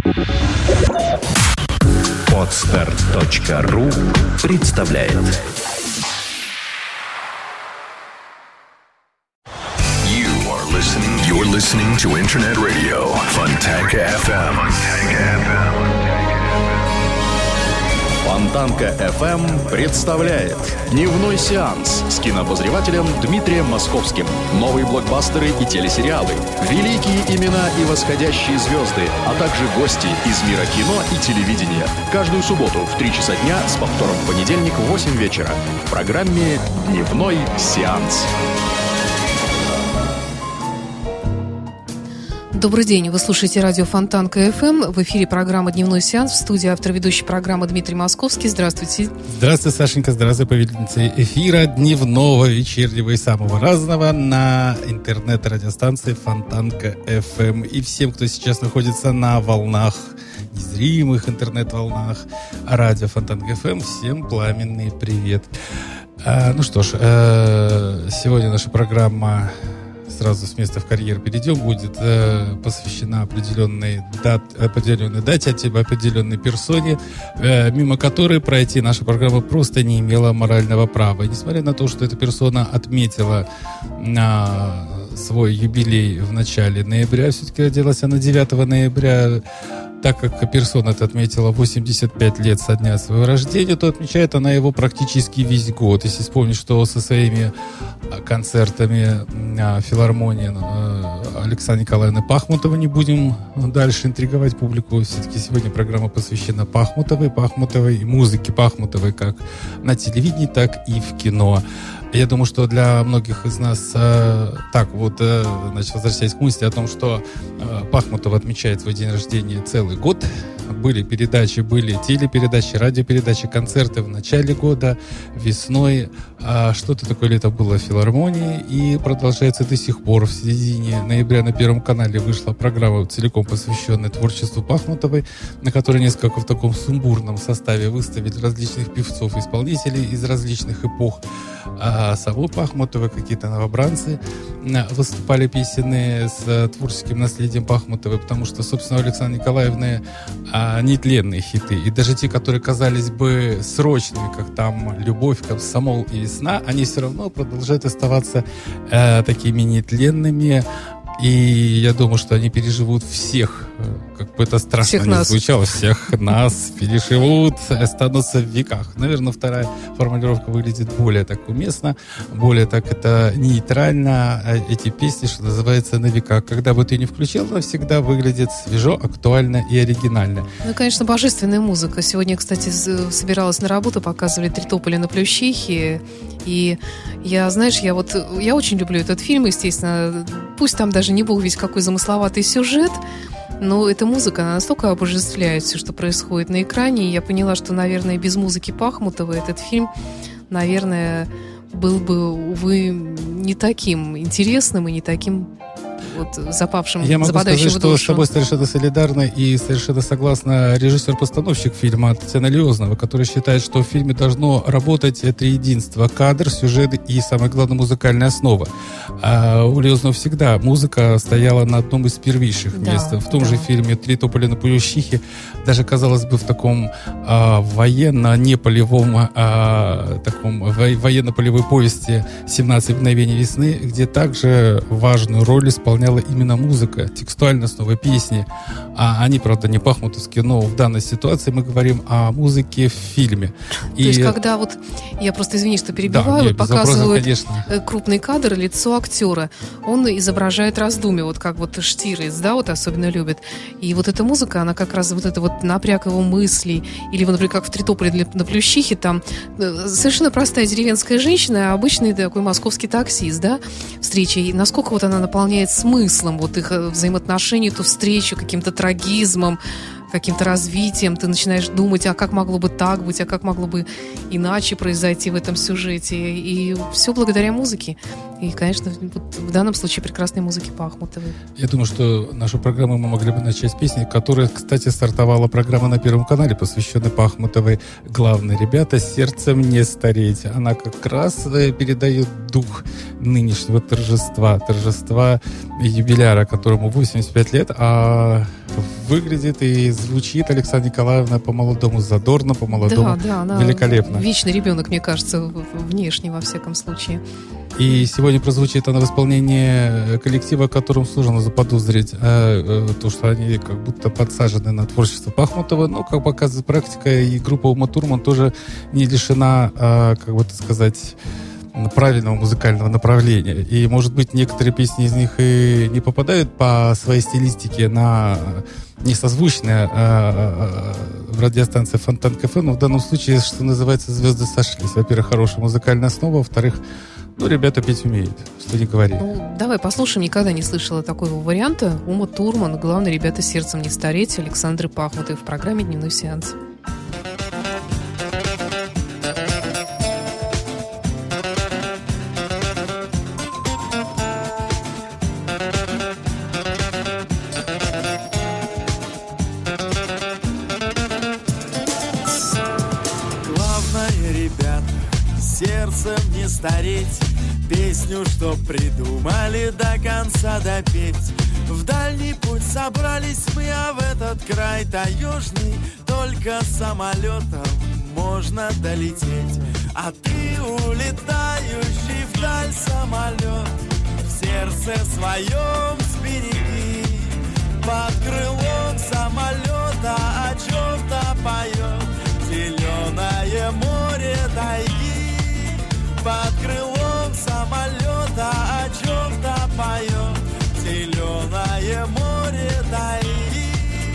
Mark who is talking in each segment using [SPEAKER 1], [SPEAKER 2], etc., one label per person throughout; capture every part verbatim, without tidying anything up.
[SPEAKER 1] Подстер точка ру представляет.
[SPEAKER 2] You are listening. You're listening to Internet Radio Fontanka эф эм.
[SPEAKER 3] Фонтанка эф эм представляет дневной сеанс с кинообозревателем Дмитрием Московским. Новые блокбастеры и телесериалы, великие имена и восходящие звезды, а также гости из мира кино и телевидения. Каждую субботу в три часа дня с повтором в понедельник в восемь вечера в программе «Дневной сеанс».
[SPEAKER 4] Добрый день, вы слушаете радио Фонтанка эф эм. В эфире программа «Дневной сеанс». В студии автор ведущей программы Дмитрий Московский. Здравствуйте.
[SPEAKER 5] Здравствуй, Сашенька. Здравствуй, повелительница эфира дневного, вечернего и самого разного на интернет-радиостанции Фонтанка эф эм. И всем, кто сейчас находится на волнах, незримых интернет-волнах радио Фонтанка эф эм, всем пламенный привет. А, ну что ж, э, сегодня наша программа... Сразу с места в карьер перейдем, будет э, посвящена определенной, дат, определенной дате, определенной персоне, э, мимо которой пройти наша программа просто не имела морального права. И несмотря на то, что эта персона отметила э, свой юбилей в начале ноября, все-таки родилась она девятого ноября, так как персона эта отметила восемьдесят пять лет со дня своего рождения, то отмечает она его практически весь год. Если вспомнить, что со своими концертами филармонии Александры Николаевны Пахмутовой, не будем дальше интриговать публику, все-таки сегодня программа посвящена Пахмутовой, Пахмутовой и музыке Пахмутовой как на телевидении, так и в кино. Я думаю, что для многих из нас э, так вот, э, значит, возвращаясь к мысли о том, что э, Пахмутова отмечает свой день рождения целый год. Были передачи, были телепередачи, радиопередачи, концерты в начале года, весной. А что-то такое лето было в филармонии и продолжается до сих пор. В середине ноября на Первом канале вышла программа, целиком посвященная творчеству Пахмутовой, на которой несколько в таком сумбурном составе выставили различных певцов и исполнителей из различных эпох. А самой Пахмутовой какие-то новобранцы выступали песенные с творческим наследием Пахмутовой, потому что, собственно, у Александры Николаевны а, нетленные хиты. И даже те, которые казались бы срочными, как там «Любовь», «Комсомол» и «Весна», они все равно продолжают оставаться э, такими нетленными. И я думаю, что они переживут всех, как бы это страшно
[SPEAKER 4] всех
[SPEAKER 5] не
[SPEAKER 4] нас.
[SPEAKER 5] звучало, всех нас переживут, останутся в веках. Наверное, вторая формулировка выглядит более так уместно, более так это нейтрально. Эти песни, что называется, на века. Когда бы ты ни включил, она всегда выглядит свежо, актуально и оригинально.
[SPEAKER 4] Ну, конечно, божественная музыка. Сегодня, кстати, собиралась на работу, показывали «Три тополя на Плющихе». И я, знаешь, я вот, я очень люблю этот фильм, естественно. Пусть там даже не бог весь какой замысловатый сюжет, но эта музыка, она настолько обожествляет все, что происходит на экране. И я поняла, что, наверное, без музыки Пахмутовой этот фильм, наверное, был бы, увы, не таким интересным и не таким вот запавшим,
[SPEAKER 5] Я могу
[SPEAKER 4] западающим
[SPEAKER 5] сказать,
[SPEAKER 4] в душу.
[SPEAKER 5] что с тобой совершенно солидарна и совершенно согласна режиссер-постановщик фильма Татьяна Лиознова, который считает, что в фильме должно работать триединство: кадр, сюжет и, самое главное, музыкальная основа. А у Лиознова всегда музыка стояла на одном из первейших
[SPEAKER 4] Да,
[SPEAKER 5] мест. В том
[SPEAKER 4] да.
[SPEAKER 5] же фильме «Три тополя на Плющихе», даже, казалось бы, в таком а, военно-неполевом а, таком во- военно-полевой повести «семнадцать мгновений весны», где также важную роль исполняла именно музыка, текстуальная основа песни. А они, правда, не пахмутовские, но в данной ситуации мы говорим о музыке в фильме.
[SPEAKER 4] То есть, когда вот, я просто, извини, что перебиваю,
[SPEAKER 5] Да,
[SPEAKER 4] вот показывают
[SPEAKER 5] вопросов, конечно.
[SPEAKER 4] крупный кадр, лицо актера, он изображает раздумье, вот как вот Штирлиц, да, вот особенно любит. И вот эта музыка, она как раз вот это вот напряг его мыслей, или вот, например, как в «Три тополя на Плющихе», там совершенно простая деревенская женщина, обычный такой московский таксист, да, встреча, и насколько вот она наполняет смыслом вот их взаимоотношений, эту встречу, каким-то трагизмом, каким-то развитием, ты начинаешь думать, а как могло бы так быть, а как могло бы иначе произойти в этом сюжете. И все благодаря музыке. И, конечно, вот в данном случае прекрасной музыки Пахмутовой.
[SPEAKER 5] Я думаю, что нашу программу мы могли бы начать с песни, которая, кстати, стартовала программа на Первом канале, посвященная Пахмутовой. Главное, ребята, сердцем не стареть. Она как раз передает дух нынешнего торжества, торжества юбиляра, которому восемьдесят пять лет, а выглядит и звучит Александра Николаевна по-молодому задорно, по-молодому
[SPEAKER 4] да, да, она
[SPEAKER 5] великолепно.
[SPEAKER 4] Вечный ребенок, мне кажется, внешне, во всяком случае.
[SPEAKER 5] И сегодня прозвучит она в исполнении коллектива, которым сложно заподозрить а, а, то, что они как будто подсажены на творчество Пахмутова. Но, как показывает практика, и группа Ума Турман тоже не лишена, а, как бы так сказать, правильного музыкального направления. И, может быть, некоторые песни из них и не попадают по своей стилистике на несозвучные а, а, в радиостанции Фонтанка КФМ, но в данном случае, что называется, звезды сошлись. Во-первых, хорошая музыкальная основа, во-вторых, ну, ребята петь умеют, что не говори.
[SPEAKER 4] Ну, давай послушаем, никогда не слышала такого варианта. Ума Турман, главное, ребята, сердцем не стареть, Александры Пахмутовой в программе «Дневной сеанс».
[SPEAKER 6] Сердцем не стареть, песню, что придумали, до конца допеть. В дальний путь собрались мы, а в этот край таежный только самолетом можно долететь. А ты, улетающий вдаль самолет, в сердце своем сбереги. Под крылом самолета о чем-то поет зеленое море тайги. Под крылом самолета о чем-то поет зеленое море тайги.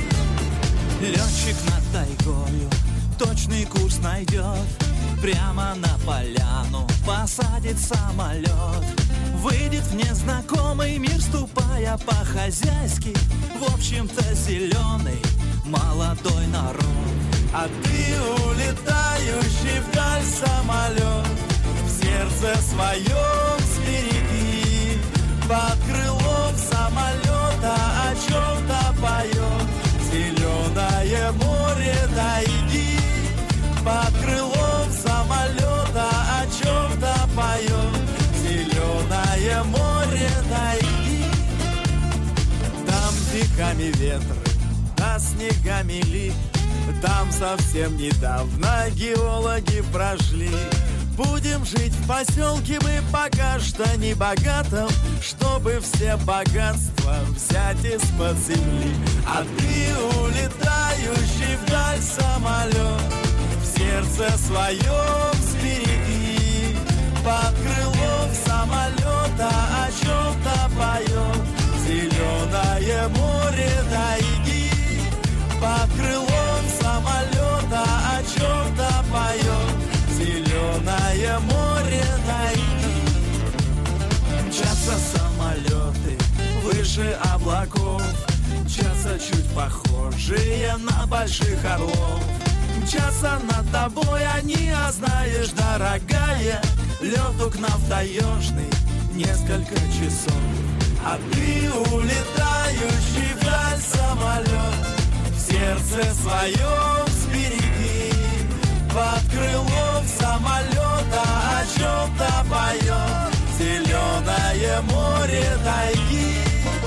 [SPEAKER 7] Летчик над тайгою точный курс найдет, прямо на поляну посадит самолет. Выйдет в незнакомый мир, ступая по-хозяйски, в общем-то зеленый молодой народ.
[SPEAKER 6] А ты, улетающий вдаль самолет, в сердце своем сбереги. Под крылом самолета о чем-то поет зеленое море тайги. Под крылом самолета о чем-то поет зеленое море тайги. Там веками ветры, а снегами ли. Там совсем недавно геологи прошли. Будем жить в поселке мы пока что не богатом, чтобы все богатства взять из-под земли. А ты, улетающий вдаль самолет, в сердце своем сбереги. Под крылом самолета о чем-то поет зеленое море тайги. Под крылом самолета о чем-то поет зеленое море тайги. Мчатся самолеты выше облаков, мчатся чуть похожие на больших орлов. Мчатся над тобой они, а знаешь, дорогая, лету к нам в таежный несколько часов. А ты, улетающий вдаль самолет, в сердце своем сбереги. Под крылом самолета о чем-то поет зеленое море тайги.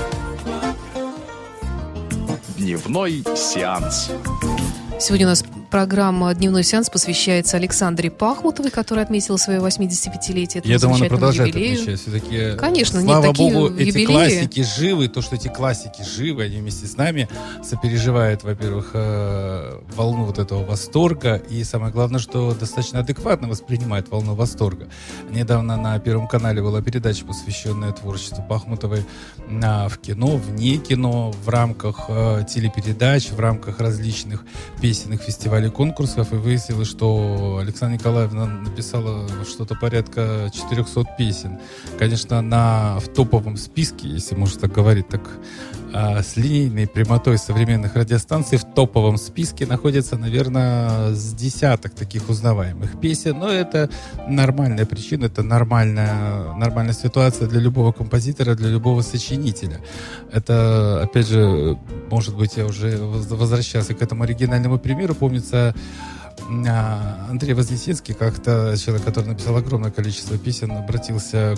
[SPEAKER 3] Дневной сеанс.
[SPEAKER 4] Сегодня у нас программа «Дневной сеанс» посвящается Александре Пахмутовой, которая отметила свое восьмидесятипятилетие.
[SPEAKER 5] Я думаю, она продолжает отмечать. Все-таки,
[SPEAKER 4] конечно,
[SPEAKER 5] слава
[SPEAKER 4] нет, такие
[SPEAKER 5] богу,
[SPEAKER 4] юбилеи.
[SPEAKER 5] эти классики живы. То, что эти классики живы, они вместе с нами сопереживают, во-первых, волну вот этого восторга. И самое главное, что достаточно адекватно воспринимают волну восторга. Недавно на Первом канале была передача, посвященная творчеству Пахмутовой в кино, вне кино, в рамках телепередач, в рамках различных песенных фестивалей, конкурсов, и выяснилось, что Александра Николаевна написала что-то порядка четырехсот песен. Конечно, на, в топовом списке, если можно так говорить, так а, с линейной прямотой современных радиостанций, в топовом списке находится, наверное, с десяток таких узнаваемых песен. Но это нормальная причина, это нормальная, нормальная ситуация для любого композитора, для любого сочинителя. Это, опять же, может быть, я уже возвращался к этому оригинальному примеру. Помнится, Андрей Вознесенский, как-то человек, который написал огромное количество песен, обратился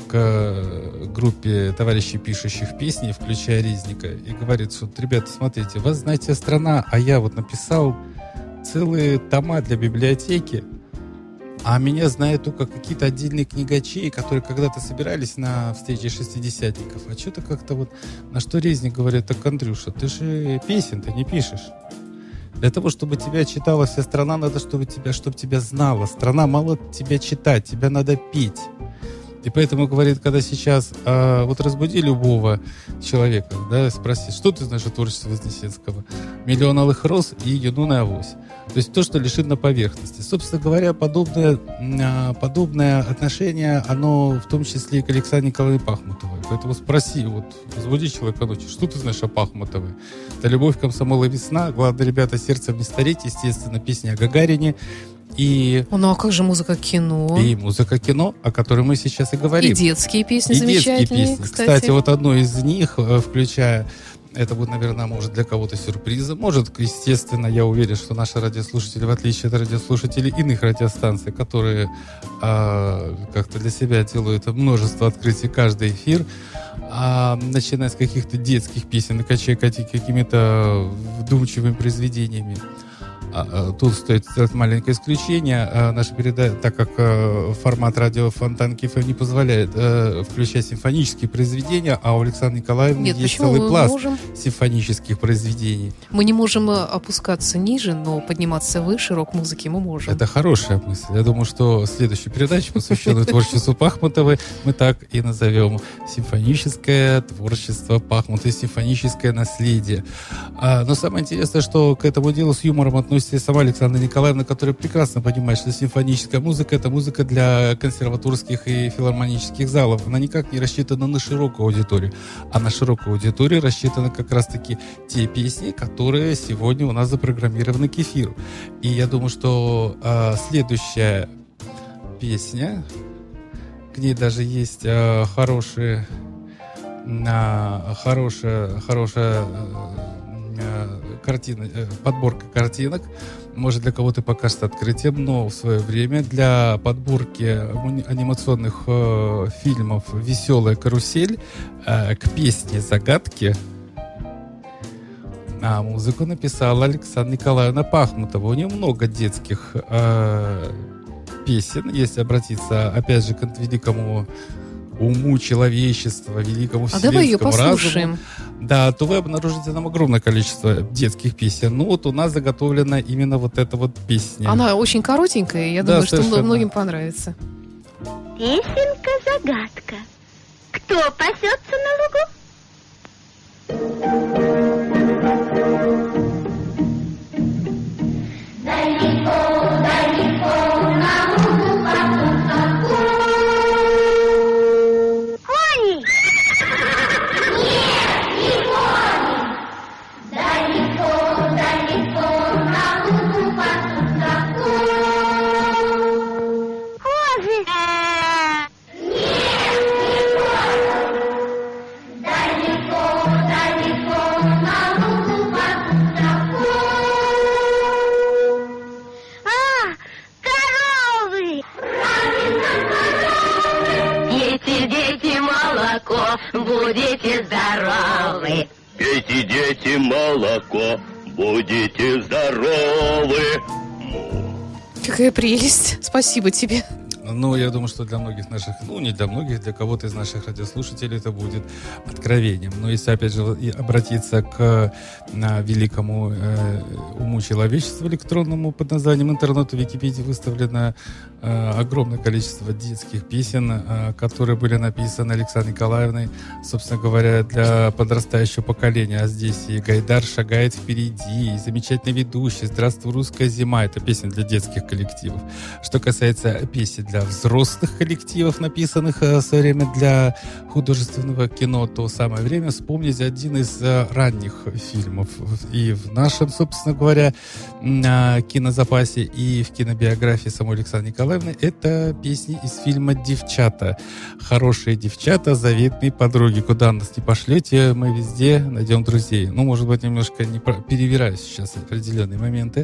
[SPEAKER 5] к группе товарищей, пишущих песни, включая Резника, и говорит, что, ребята, смотрите, вас, знаете, страна, а я вот написал целые тома для библиотеки, а меня знают только какие-то отдельные книгачи, которые когда-то собирались на встрече шестидесятников. А что-то как-то вот... На что Резник говорит, так, Андрюша, ты же песен-то не пишешь. Для того, чтобы тебя читала вся страна, надо, чтобы тебя, чтобы тебя знала. Страна мало тебя читать, тебя надо петь. И поэтому, говорит, когда сейчас а, вот разбуди любого человека, да, спроси, что ты знаешь о творчестве Вознесенского? «Миллион алых роз» и «Юнона и авось». То есть то, что лежит на поверхности. Собственно говоря, подобное, подобное отношение, оно в том числе и к Александре Николаевне Пахмутовой. Поэтому спроси, вот, разбуди человека ночью, что ты знаешь о Пахмутовой? Это «Любовь, комсомол и весна», «Главное, ребята, сердцем не стареть», естественно, песня о Гагарине. И,
[SPEAKER 4] ну а как же музыка кино?
[SPEAKER 5] И музыка кино, о которой мы сейчас и говорим.
[SPEAKER 4] И детские песни
[SPEAKER 5] и
[SPEAKER 4] замечательные,
[SPEAKER 5] детские песни.
[SPEAKER 4] Кстати.
[SPEAKER 5] Кстати, вот одно из них, включая... Это будет, наверное, может для кого-то сюрпризом. Может, естественно, я уверен, что наши радиослушатели, в отличие от радиослушателей иных радиостанций, которые а, как-то для себя делают множество открытий каждый эфир, а, начиная с каких-то детских песен и качая какими-то вдумчивыми произведениями. Тут стоит сделать маленькое исключение. Наша передача, так как формат радио Фонтанки ФМ не позволяет включать симфонические произведения, а у Александры Николаевны
[SPEAKER 4] Нет,
[SPEAKER 5] есть целый
[SPEAKER 4] мы
[SPEAKER 5] пласт
[SPEAKER 4] можем...
[SPEAKER 5] симфонических произведений.
[SPEAKER 4] Мы не можем опускаться ниже, но подниматься выше рок-музыки мы можем.
[SPEAKER 5] Это хорошая мысль. Я думаю, что следующую передачу, посвященную творчеству Пахмутовой, мы так и назовем «Симфоническое творчество Пахмутовой», «Симфоническое наследие». Но самое интересное, что к этому делу с юмором относится и сама Александра Николаевна, которая прекрасно понимает, что симфоническая музыка — это музыка для консерваторских и филармонических залов. Она никак не рассчитана на широкую аудиторию. А на широкую аудиторию рассчитаны как раз-таки те песни, которые сегодня у нас запрограммированы к эфиру. И я думаю, что э, следующая песня, к ней даже есть э, хорошие, э, хорошая, хорошая э, картина, подборка картинок. Может, для кого-то покажется открытием, но в свое время для подборки анимационных э, фильмов «Веселая карусель» э, к песне «Загадки» а музыку написала Александра Николаевна Пахмутова. У нее много детских э, песен, если обратиться, опять же, к великому уму человечества, великому вселенскому разуму. А давай ее послушаем. Да, то вы обнаружите там огромное количество детских песен. Ну вот у нас заготовлена именно вот эта вот песня.
[SPEAKER 4] Она очень коротенькая, и я
[SPEAKER 5] да,
[SPEAKER 4] думаю,
[SPEAKER 5] совершенно.
[SPEAKER 4] Что многим понравится.
[SPEAKER 8] Песенка-загадка. Кто пасется на лугу? Далеко, далеко на лугу пасутся кони. Нет, не кони. Далеко, далеко на лугу пасутся козы. Нет, не козы. Далеко, далеко на лугу пасутся А, коровы. Пейте, дети, молоко, будете здоровы.
[SPEAKER 9] Пейте, дети, молоко, будете здоровы.
[SPEAKER 4] Какая прелесть. Спасибо тебе.
[SPEAKER 5] Ну, я думаю, что для многих наших, ну, не для многих, для кого-то из наших радиослушателей это будет откровением. Но если, опять же, обратиться к на, великому э, уму человечества электронному под названием интернет, в Википедии выставлено э, огромное количество детских песен, э, которые были написаны Александрой Николаевной, собственно говоря, для подрастающего поколения. А здесь и «Гайдар шагает впереди», и замечательный ведущий «Здравствуй, русская зима». Это песня для детских коллективов. Что касается песен для взрослых коллективов, написанных в свое время для художественного кино, то самое время вспомнить один из ранних фильмов. И в нашем, собственно говоря, в э, кинозапасе и в кинобиографии самой Александры Николаевны, это песни из фильма «Девчата». Хорошие девчата, заветные подруги. Куда нас не пошлете, мы везде найдем друзей. Ну, может быть, немножко не про... перевираю сейчас определенные моменты.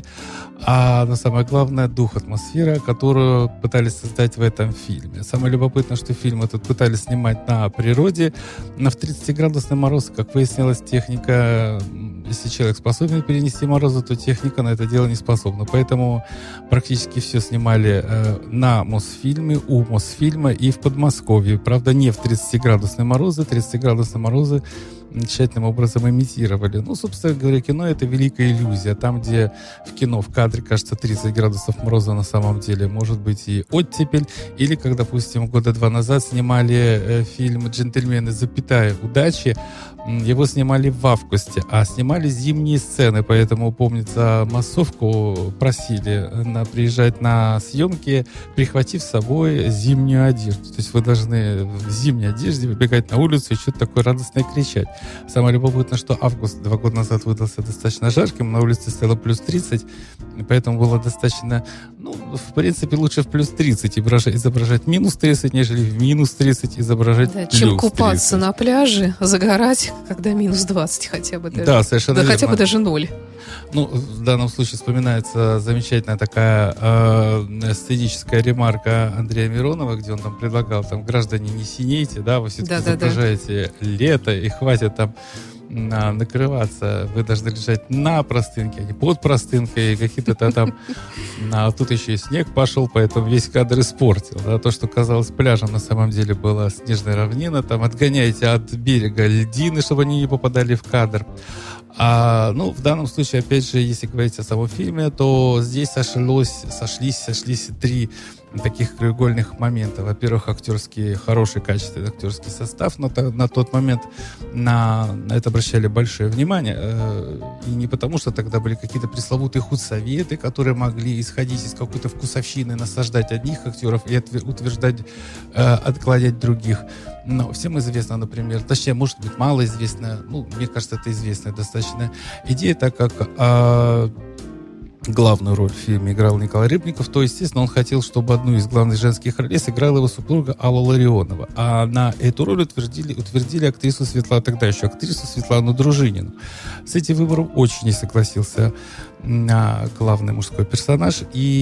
[SPEAKER 5] А но самое главное, дух, атмосфера, которую пытались создать в этом фильме. Самое любопытное, что фильм этот пытались снимать на природе, на в тридцатиградусный мороз. Как выяснилось, техника, если человек способен перенести морозы, то техника на это дело не способна. Поэтому практически все снимали э, на Мосфильме, у Мосфильма и в Подмосковье. Правда, не в тридцатиградусные морозы. тридцатиградусные морозы тщательным образом имитировали. Ну, собственно говоря, кино — это великая иллюзия. Там, где в кино в кадре, кажется, тридцать градусов мороза, на самом деле может быть и оттепель. Или, как, допустим, года два назад снимали э, фильм «Джентльмены, запятая, удачи». Его снимали в августе, а снимали зимние сцены, поэтому, помнится, массовку просили на, приезжать на съемки, прихватив с собой зимнюю одежду. То есть вы должны в зимней одежде выбегать на улицу и что-то такое радостное кричать. Самое любопытное, что август два года назад выдался достаточно жарким, на улице стояло плюс тридцать, поэтому было достаточно, ну, в принципе, лучше в плюс тридцать изображать минус тридцать, нежели в минус тридцать изображать да, плюс тридцать.
[SPEAKER 4] Чем купаться на пляже, загорать, когда минус двадцать хотя бы даже.
[SPEAKER 5] Да, совершенно
[SPEAKER 4] да,
[SPEAKER 5] верно.
[SPEAKER 4] Хотя бы даже ноль.
[SPEAKER 5] Ну, в данном случае вспоминается замечательная такая э, сценическая ремарка Андрея Миронова, где он там предлагал, там, граждане, не синейте, да, вы все-таки да, изображаете да, да. лето, и хватит там на, накрываться, вы должны лежать на простынке, а не под простынкой, какие-то там... А тут еще и снег пошел, поэтому весь кадр испортил. Да? То, что казалось пляжем, на самом деле была снежная равнина. Там отгоняйте от берега льдины, чтобы они не попадали в кадр. А, ну, в данном случае, опять же, если говорить о самом фильме, то здесь сошлось, сошлись, сошлись три таких краеугольных момента. Во-первых, актерский, хороший, качественный актерский состав. Но то, на тот момент на, на это обращали большое внимание. Э, и не потому, что тогда были какие-то пресловутые худсоветы, которые могли исходить из какой-то вкусовщины, насаждать одних актеров и утверждать, э, отклонять других. Но всем известно, например, точнее, может быть, малоизвестная, ну, мне кажется, это известная достаточно идея, так как э, главную роль в фильме играл Николай Рыбников, то, естественно, он хотел, чтобы одну из главных женских ролей сыграла его супруга Алла Ларионова. А на эту роль утвердили, утвердили актрису Светлану, тогда еще актрису Светлану Дружинину. С этим выбором очень не согласился а, главный мужской персонаж,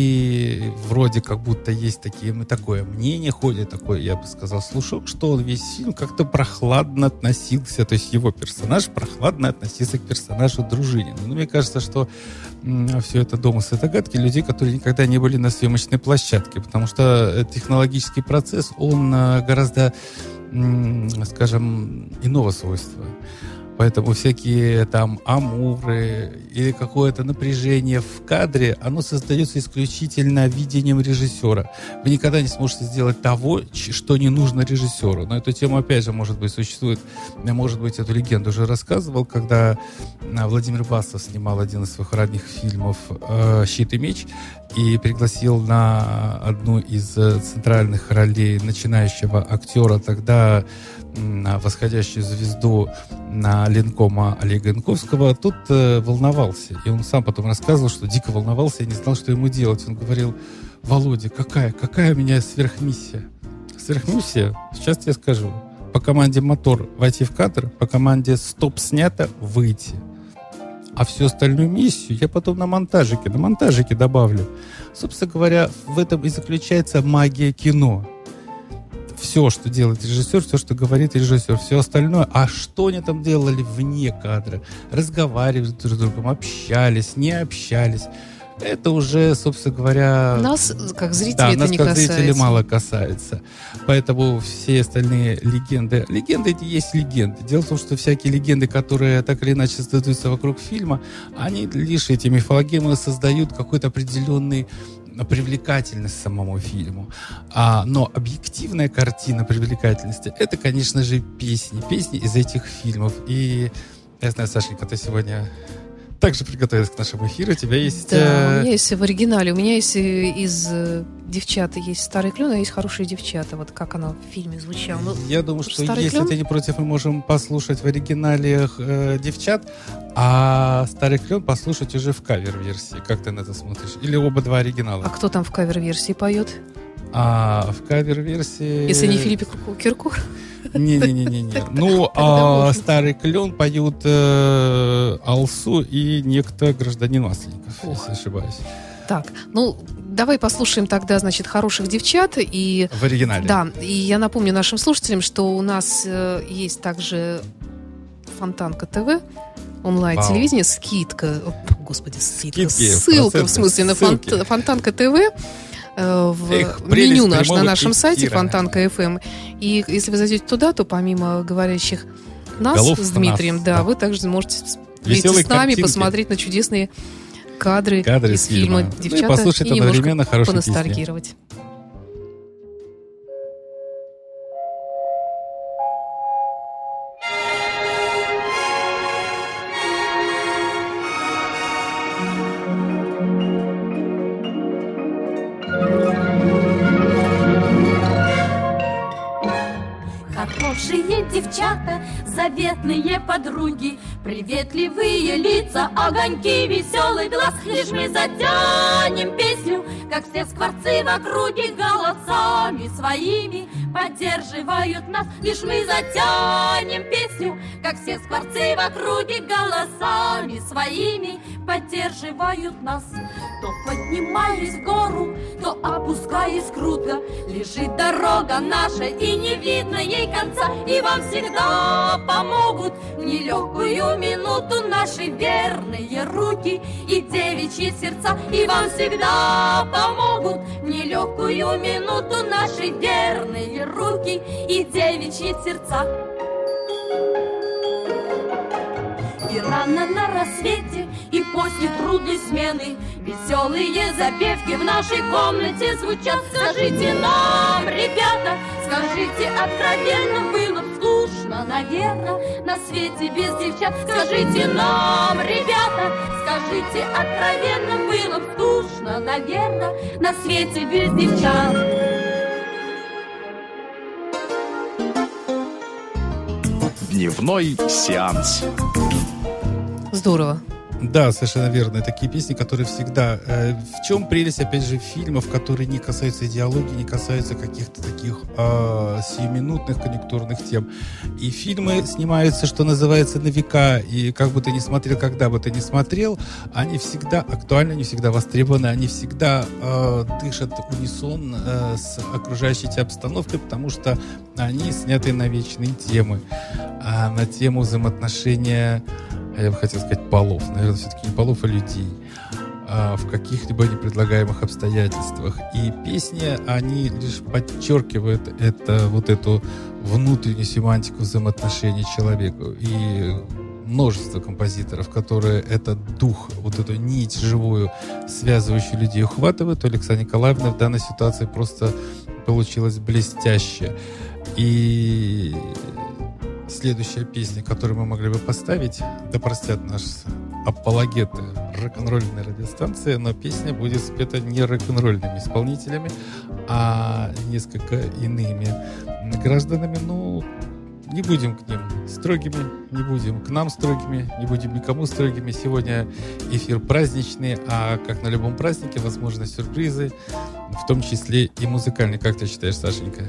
[SPEAKER 5] и вроде как будто есть такие, такое мнение ходит, такой, я бы сказал, слушок, что он весь фильм как-то прохладно относился, то есть его персонаж прохладно относился к персонажу Дружинина. Но мне кажется, что м, все это домыслы и догадки людей, которые никогда не были на съемочной площадке, потому что технологический процесс, он гораздо, м, скажем, иного свойства. Поэтому всякие там амуры или какое-то напряжение в кадре, оно создается исключительно видением режиссера. Вы никогда не сможете сделать того, что не нужно режиссеру. Но эту тему, опять же, может быть, существует, я, может быть, эту легенду уже рассказывал, когда Владимир Басов снимал один из своих ранних фильмов «Щит и меч» и пригласил на одну из центральных ролей начинающего актера, тогда на восходящую звезду на Ленкома Олега Янковского, тот э, волновался. И он сам потом рассказывал, что дико волновался и не знал, что ему делать. Он говорил: Володя, какая, какая у меня сверхмиссия? Сверхмиссия? Сейчас тебе скажу. По команде мотор войти в кадр, по команде стоп снято выйти. А всю остальную миссию я потом на монтажике, на монтажике добавлю. Собственно говоря, в этом и заключается магия кино. Все, что делает режиссер, все, что говорит режиссер, все остальное. А что они там делали вне кадра? Разговаривали друг с другом, общались, не общались. Это уже, собственно говоря...
[SPEAKER 4] Нас, как зрителей,
[SPEAKER 5] да,
[SPEAKER 4] это
[SPEAKER 5] нас,
[SPEAKER 4] не
[SPEAKER 5] как
[SPEAKER 4] касается.
[SPEAKER 5] зрителей, мало касается. Поэтому все остальные легенды... Легенды эти есть легенды. Дело в том, что всякие легенды, которые так или иначе создаются вокруг фильма, они лишь эти мифологемы создают какой-то определенный привлекательность самому фильму. А, но объективная картина привлекательности — это, конечно же, песни. Песни из этих фильмов. И я знаю, Сашенька, ты сегодня также приготовилась к нашему эфиру. У тебя есть...
[SPEAKER 4] Да,
[SPEAKER 5] э...
[SPEAKER 4] у меня есть в оригинале. У меня есть из девчата есть старый клен, а есть хорошие девчата. Вот как она в фильме звучала. Ну,
[SPEAKER 5] Я думаю, что
[SPEAKER 4] старый
[SPEAKER 5] если
[SPEAKER 4] клен?
[SPEAKER 5] ты не против, мы можем послушать в оригинале э, девчат, а старый клен послушать уже в кавер-версии. Как ты на это смотришь? Или оба два оригинала?
[SPEAKER 4] А кто там в кавер-версии поет?
[SPEAKER 5] А в кавер-версии...
[SPEAKER 4] Если не Филипп Киркоров?
[SPEAKER 5] Не-не-не-не. Ну, а старый клен поют э, Алсу и некто гражданин Масленников, если не ошибаюсь.
[SPEAKER 4] Так, ну, давай послушаем тогда, значит, хороших девчат. И,
[SPEAKER 5] в оригинале.
[SPEAKER 4] Да, и я напомню нашим слушателям, что у нас э, есть также Фонтанка ТВ, онлайн-телевидение, скидка, о, господи, скидка,
[SPEAKER 5] Скидки,
[SPEAKER 4] ссылка, в смысле, на фон,
[SPEAKER 5] ссылки.
[SPEAKER 4] Фонтанка ТВ. В
[SPEAKER 5] Эх,
[SPEAKER 4] меню наш,
[SPEAKER 5] прямого
[SPEAKER 4] на нашем
[SPEAKER 5] эфира.
[SPEAKER 4] сайте Фонтанка эф эм. И если вы зайдете туда, то помимо говорящих нас
[SPEAKER 5] Голов
[SPEAKER 4] с Дмитрием,
[SPEAKER 5] нас,
[SPEAKER 4] да,
[SPEAKER 5] да.
[SPEAKER 4] вы также можете вместе
[SPEAKER 5] Веселые
[SPEAKER 4] с нами
[SPEAKER 5] картинки.
[SPEAKER 4] посмотреть на чудесные кадры,
[SPEAKER 5] Кадры
[SPEAKER 4] из
[SPEAKER 5] из фильма.
[SPEAKER 4] фильма
[SPEAKER 5] Ну и
[SPEAKER 4] «Девчата»
[SPEAKER 5] послушать
[SPEAKER 4] и немножко
[SPEAKER 5] одновременно хорошие песни.
[SPEAKER 4] поностальгировать.
[SPEAKER 10] Хорошие девчата, заветные подруги, приветливые лица, огоньки, веселый глаз. Лишь мы затянем песню, как все скворцы в округе, голосами своими поддерживают нас. Лишь мы затянем песню, как все скворцы в округе, голосами своими поддерживают нас. То поднимаясь в гору, то опускаясь круто, лежит дорога наша, и не видно ей конца. И вам всегда помогут в нелегкую минуту наши верные руки и девичьи сердца. И вам всегда помогут в нелегкую минуту наши верные руки и девичьи сердца. И рано на рассвете, и после трудной смены веселые запевки в нашей комнате звучат. Скажите нам, ребята, скажите откровенно, было б скучно, наверное, на свете без девчат. Скажите нам, ребята, скажите откровенно, было б скучно, наверное, на свете без девчат.
[SPEAKER 3] Дневной сеанс.
[SPEAKER 4] Здорово.
[SPEAKER 5] Да, совершенно верно. Такие песни, которые всегда... Э, в чем прелесть, опять же, фильмов, которые не касаются идеологии, не касаются каких-то таких э, сиюминутных конъюнктурных тем. И фильмы снимаются, что называется, на века. И как бы ты ни смотрел, когда бы ты ни смотрел, они всегда актуальны, они всегда востребованы, они всегда э, дышат в унисон э, с окружающей тебя обстановкой, потому что они сняты на вечные темы. А на тему взаимоотношения... я бы хотел сказать полов, наверное, все-таки не полов, а людей, а в каких-либо непредлагаемых обстоятельствах. И песни, они лишь подчеркивают это, вот эту внутреннюю семантику взаимоотношений человека. И множество композиторов, которые этот дух, вот эту нить живую, связывающую людей, ухватывают. У Александра Николаевна в данной ситуации просто получилось блестяще. И... следующая песня, которую мы могли бы поставить, да простят нас апологеты рок-н-ролльной радиостанции, но песня будет спета не рок-н-ролльными исполнителями, а несколько иными гражданами. Ну, не будем к ним строгими, не будем к нам строгими, не будем никому строгими. Сегодня эфир праздничный, а как на любом празднике, возможны сюрпризы, в том числе и музыкальные. Как ты считаешь, Сашенька?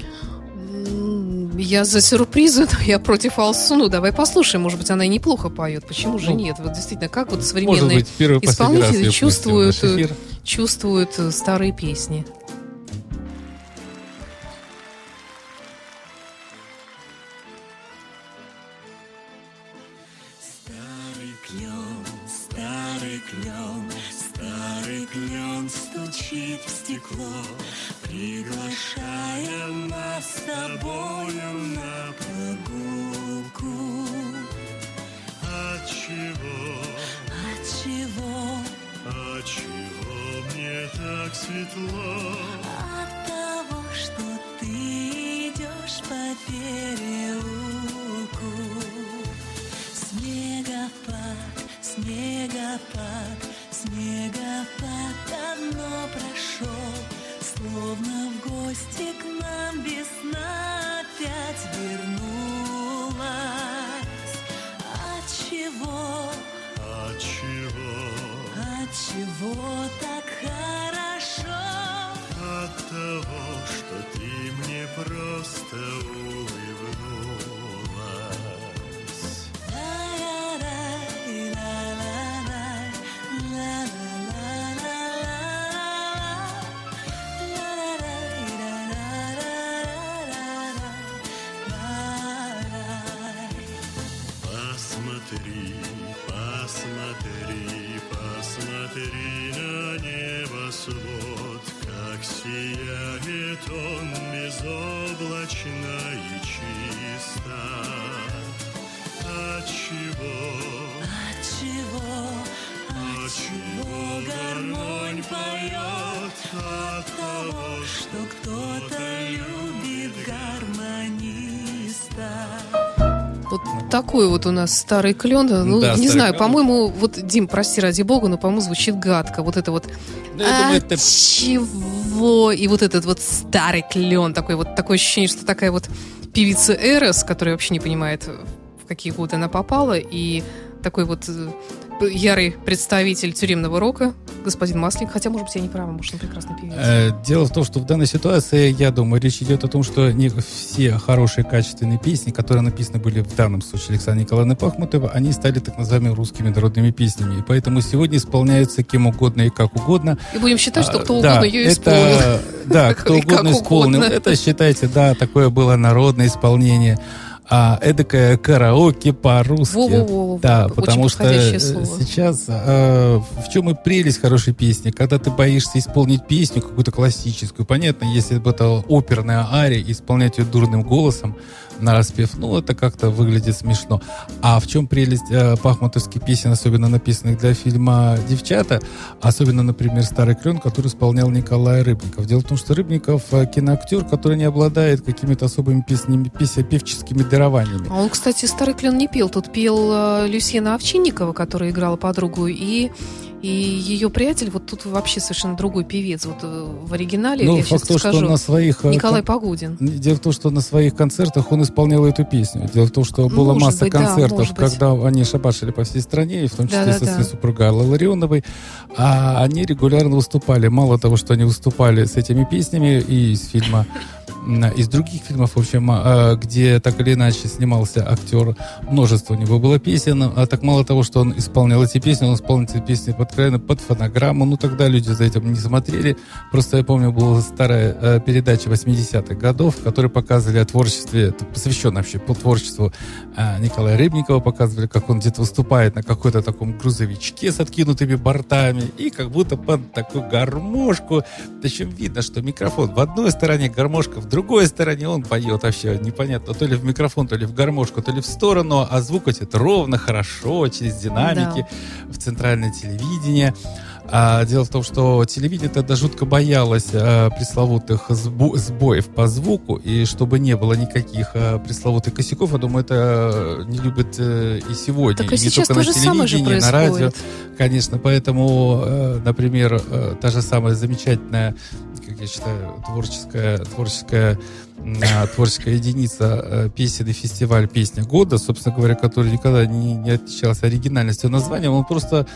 [SPEAKER 4] Я за сюрпризы, но я против Алсу. Ну, давай послушаем. Может быть, она и неплохо поет. Почему же
[SPEAKER 5] Ну,
[SPEAKER 4] нет? Вот действительно, как вот современные
[SPEAKER 5] быть, первый,
[SPEAKER 4] исполнители чувствуют,
[SPEAKER 5] эфир.
[SPEAKER 4] чувствуют старые песни.
[SPEAKER 7] Старый клен, старый клен, старый клен стучит в стекло, приглашая нас с тобою на прогулку. Отчего? Отчего? Отчего мне так светло? От того, что ты идешь по переулку. Снегопад, снегопад, снегопад давно прошел, словно гости к нам весна опять вернулась. Отчего?
[SPEAKER 11] Отчего?
[SPEAKER 7] Отчего так хорошо?
[SPEAKER 11] От того, что ты мне просто улыбнулась.
[SPEAKER 7] Ла-ла-лай, ла-ла-лай, ла-ла-лай.
[SPEAKER 11] Посмотри, посмотри, посмотри на небосвод, как сияет он безоблачно и чисто. Отчего?
[SPEAKER 7] Отчего? Отчего гармонь поет? От того, что кто-то любит гармониста.
[SPEAKER 4] Вот такой вот у нас старый клен. Ну,
[SPEAKER 5] Да,
[SPEAKER 4] не
[SPEAKER 5] старый
[SPEAKER 4] знаю,
[SPEAKER 5] клен.
[SPEAKER 4] по-моему, вот, Дим, прости ради бога, но, по-моему, звучит гадко. Вот это вот
[SPEAKER 5] Ну, я думаю, это-
[SPEAKER 4] «Отчего?» И вот этот вот старый клен. Такой вот, такое ощущение, что такая вот певица Эрос, которая вообще не понимает, в какие годы она попала, и такой вот э, ярый представитель тюремного рока, господин Маслик. Хотя, может быть, я не права, может, он прекрасный певец.
[SPEAKER 5] Э, Дело в том, что в данной ситуации, я думаю, речь идет о том, что не все хорошие, качественные песни, которые написаны были в данном случае Александрой Николаевной Пахмутовой, они стали так называемыми русскими народными песнями. И поэтому сегодня исполняются кем угодно и как угодно.
[SPEAKER 4] И будем считать, что
[SPEAKER 5] А,
[SPEAKER 4] кто
[SPEAKER 5] да,
[SPEAKER 4] угодно ее
[SPEAKER 5] это-
[SPEAKER 4] исполнил.
[SPEAKER 5] Да, кто
[SPEAKER 4] И как
[SPEAKER 5] угодно исполнил.
[SPEAKER 4] угодно.
[SPEAKER 5] Это, считайте, да, такое было народное исполнение. А эдакое караоке по-русски.
[SPEAKER 4] Во-во-во,
[SPEAKER 5] Да,
[SPEAKER 4] очень
[SPEAKER 5] потому что
[SPEAKER 4] подходящее
[SPEAKER 5] э,
[SPEAKER 4] слово.
[SPEAKER 5] сейчас э, в чем и прелесть хорошей песни, когда ты боишься исполнить песню какую-то классическую. Понятно, если бы это оперная ария, исполнять ее дурным голосом нараспев, ну, это как-то выглядит смешно. А в чем прелесть э, пахмутовских песен, особенно написанных для фильма «Девчата», особенно, например, «Старый клен», который исполнял Николай Рыбников. Дело в том, что Рыбников э, киноактер, который не обладает какими-то особыми песнями, песня, певческими дарованиями.
[SPEAKER 4] А он, кстати, «Старый клен» не пел. Тут пел э, Люсьена Овчинникова, которая играла подругу, и, и ее приятель, вот тут вообще совершенно другой певец. Вот э, в оригинале,
[SPEAKER 5] Ну,
[SPEAKER 4] я сейчас
[SPEAKER 5] факт то, что
[SPEAKER 4] скажу,
[SPEAKER 5] на своих... э,
[SPEAKER 4] Николай
[SPEAKER 5] кон-
[SPEAKER 4] Погодин.
[SPEAKER 5] Дело в том, что на своих концертах он исполнял эту песню. Дело в том, что была
[SPEAKER 4] Может
[SPEAKER 5] масса
[SPEAKER 4] быть, да,
[SPEAKER 5] концертов,
[SPEAKER 4] может быть.
[SPEAKER 5] когда они шабашили по всей стране, и в том числе,
[SPEAKER 4] Да-да-да.
[SPEAKER 5] естественно, супруга Аллы Ларионовой. А они регулярно выступали. Мало того, что они выступали с этими песнями и из фильма, м, из других фильмов, в общем, а, где так или иначе снимался актер, множество у него было песен. А так мало того, что он исполнял эти песни, он исполнял эти песни под, крайне под фонограмму. Ну, тогда люди за этим не смотрели. Просто я помню, была старая э, передача восьмидесятых годов, которые показывали о творчестве, это посвященное вообще по творчеству э, Николая Рыбникова, показывали, как он где-то выступает на какой-то таком грузовичке с откинутыми бортами, и как будто под такую гармошку. Причем видно, что микрофон в одной стороне, гармошка в другой стороне, он поет вообще непонятно, то ли в микрофон, то ли в гармошку, то ли в сторону, а звук идет ровно, хорошо, через динамики, в центральное телевидение. А, дело в том, что телевидение тогда жутко боялось а, пресловутых сбо- сбоев по звуку, и чтобы не было никаких а, пресловутых косяков, я думаю, это не любят а, и сегодня.
[SPEAKER 4] Так и
[SPEAKER 5] И не
[SPEAKER 4] сейчас
[SPEAKER 5] только
[SPEAKER 4] то
[SPEAKER 5] на
[SPEAKER 4] же самое же
[SPEAKER 5] телевидении, на радио.
[SPEAKER 4] происходит.
[SPEAKER 5] Конечно, поэтому, э, например, э, та же самая замечательная, как я считаю, творческая, творческая, э, творческая единица э, песенный фестиваль «Песня года», собственно говоря, который никогда не, не отличался оригинальностью названия, он просто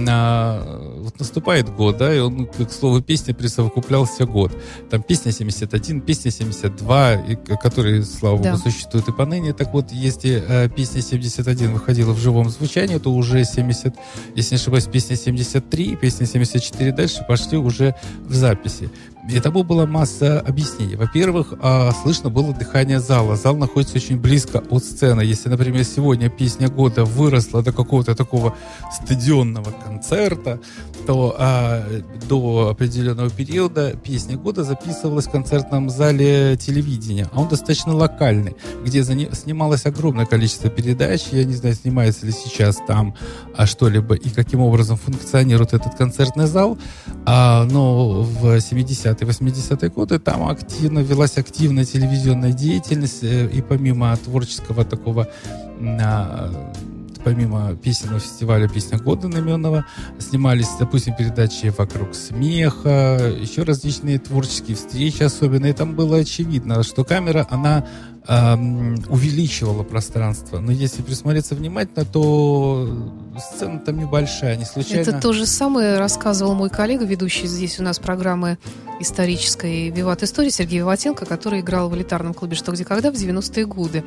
[SPEAKER 5] э, вот наступает год, да, и он к слову песня присовокуплялся год. Там песня семьдесят один, песня семьдесят два, и, которые, слава
[SPEAKER 4] Да.
[SPEAKER 5] богу, существуют и поныне. Так вот, если э, песня семьдесят один выходила в живом звучании, то уже семьдесят, если не ошибаюсь, песня семьдесят три, песня семьдесят четыре дальше пошли уже в записи. И тому была масса объяснений. Во-первых, а, слышно было дыхание зала. Зал находится очень близко от сцены. Если, например, сегодня песня года выросла до какого-то такого стадионного концерта, то а, до определенного периода песня года записывалась в концертном зале телевидения. А он достаточно локальный, где за не, снималось огромное количество передач. Я не знаю, снимается ли сейчас там а, что-либо и каким образом функционирует этот концертный зал. А, но в семидесятые, восьмидесятые годы там активно велась активная телевизионная деятельность, и помимо творческого такого помимо песенного фестиваля «Песня года» знаменного, снимались, допустим, передачи «Вокруг смеха», еще различные творческие встречи особенно. И там было очевидно, что камера, она эм, увеличивала пространство. Но если присмотреться внимательно, то сцена там небольшая, не случайно.
[SPEAKER 4] Это то же самое рассказывал мой коллега, ведущий здесь у нас программы исторической «Виват История» Сергей Виватенко, который играл в элитарном клубе «Что, где, когда» в девяностые годы.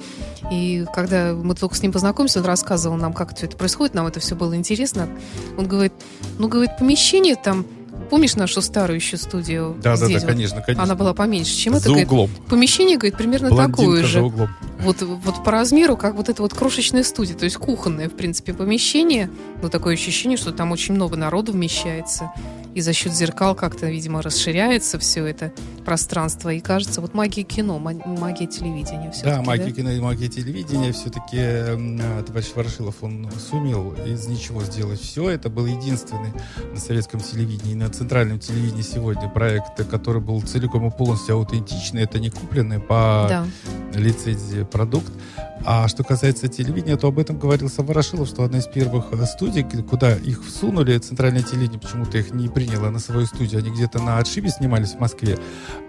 [SPEAKER 4] И когда мы только с ним познакомились, он рассказывал нам, как все это происходит, нам это все было интересно. Он говорит, ну, говорит, помещение там, помнишь нашу старую еще студию?
[SPEAKER 5] Да,
[SPEAKER 4] здесь
[SPEAKER 5] да, да,
[SPEAKER 4] вот?
[SPEAKER 5] конечно, конечно.
[SPEAKER 4] Она была поменьше, чем это.
[SPEAKER 5] За
[SPEAKER 4] говорит,
[SPEAKER 5] углом.
[SPEAKER 4] Помещение, говорит, примерно
[SPEAKER 5] Блондинка
[SPEAKER 4] такое же.
[SPEAKER 5] за углом.
[SPEAKER 4] Вот, вот по размеру, как вот эта вот крошечная студия, то есть кухонное, в принципе, помещение. Но такое ощущение, что там очень много народу вмещается. И за счет зеркал как-то, видимо, расширяется все это пространство. И кажется, вот магия кино, магия телевидения.
[SPEAKER 5] Да, магия да? кино и магия телевидения. Все-таки э, товарищ Ворошилов, он сумел из ничего сделать все. Это был единственный на советском телевидении, на центральном телевидении сегодня проект, который был целиком и полностью аутентичный. Это не купленный по да. лицензии продукт. А что касается телевидения, то об этом говорил сам Ворошилов, что одна из первых студий, куда их всунули, центральное телевидение почему-то их не приняло на свою студию, они где-то на отшибе снимались в Москве,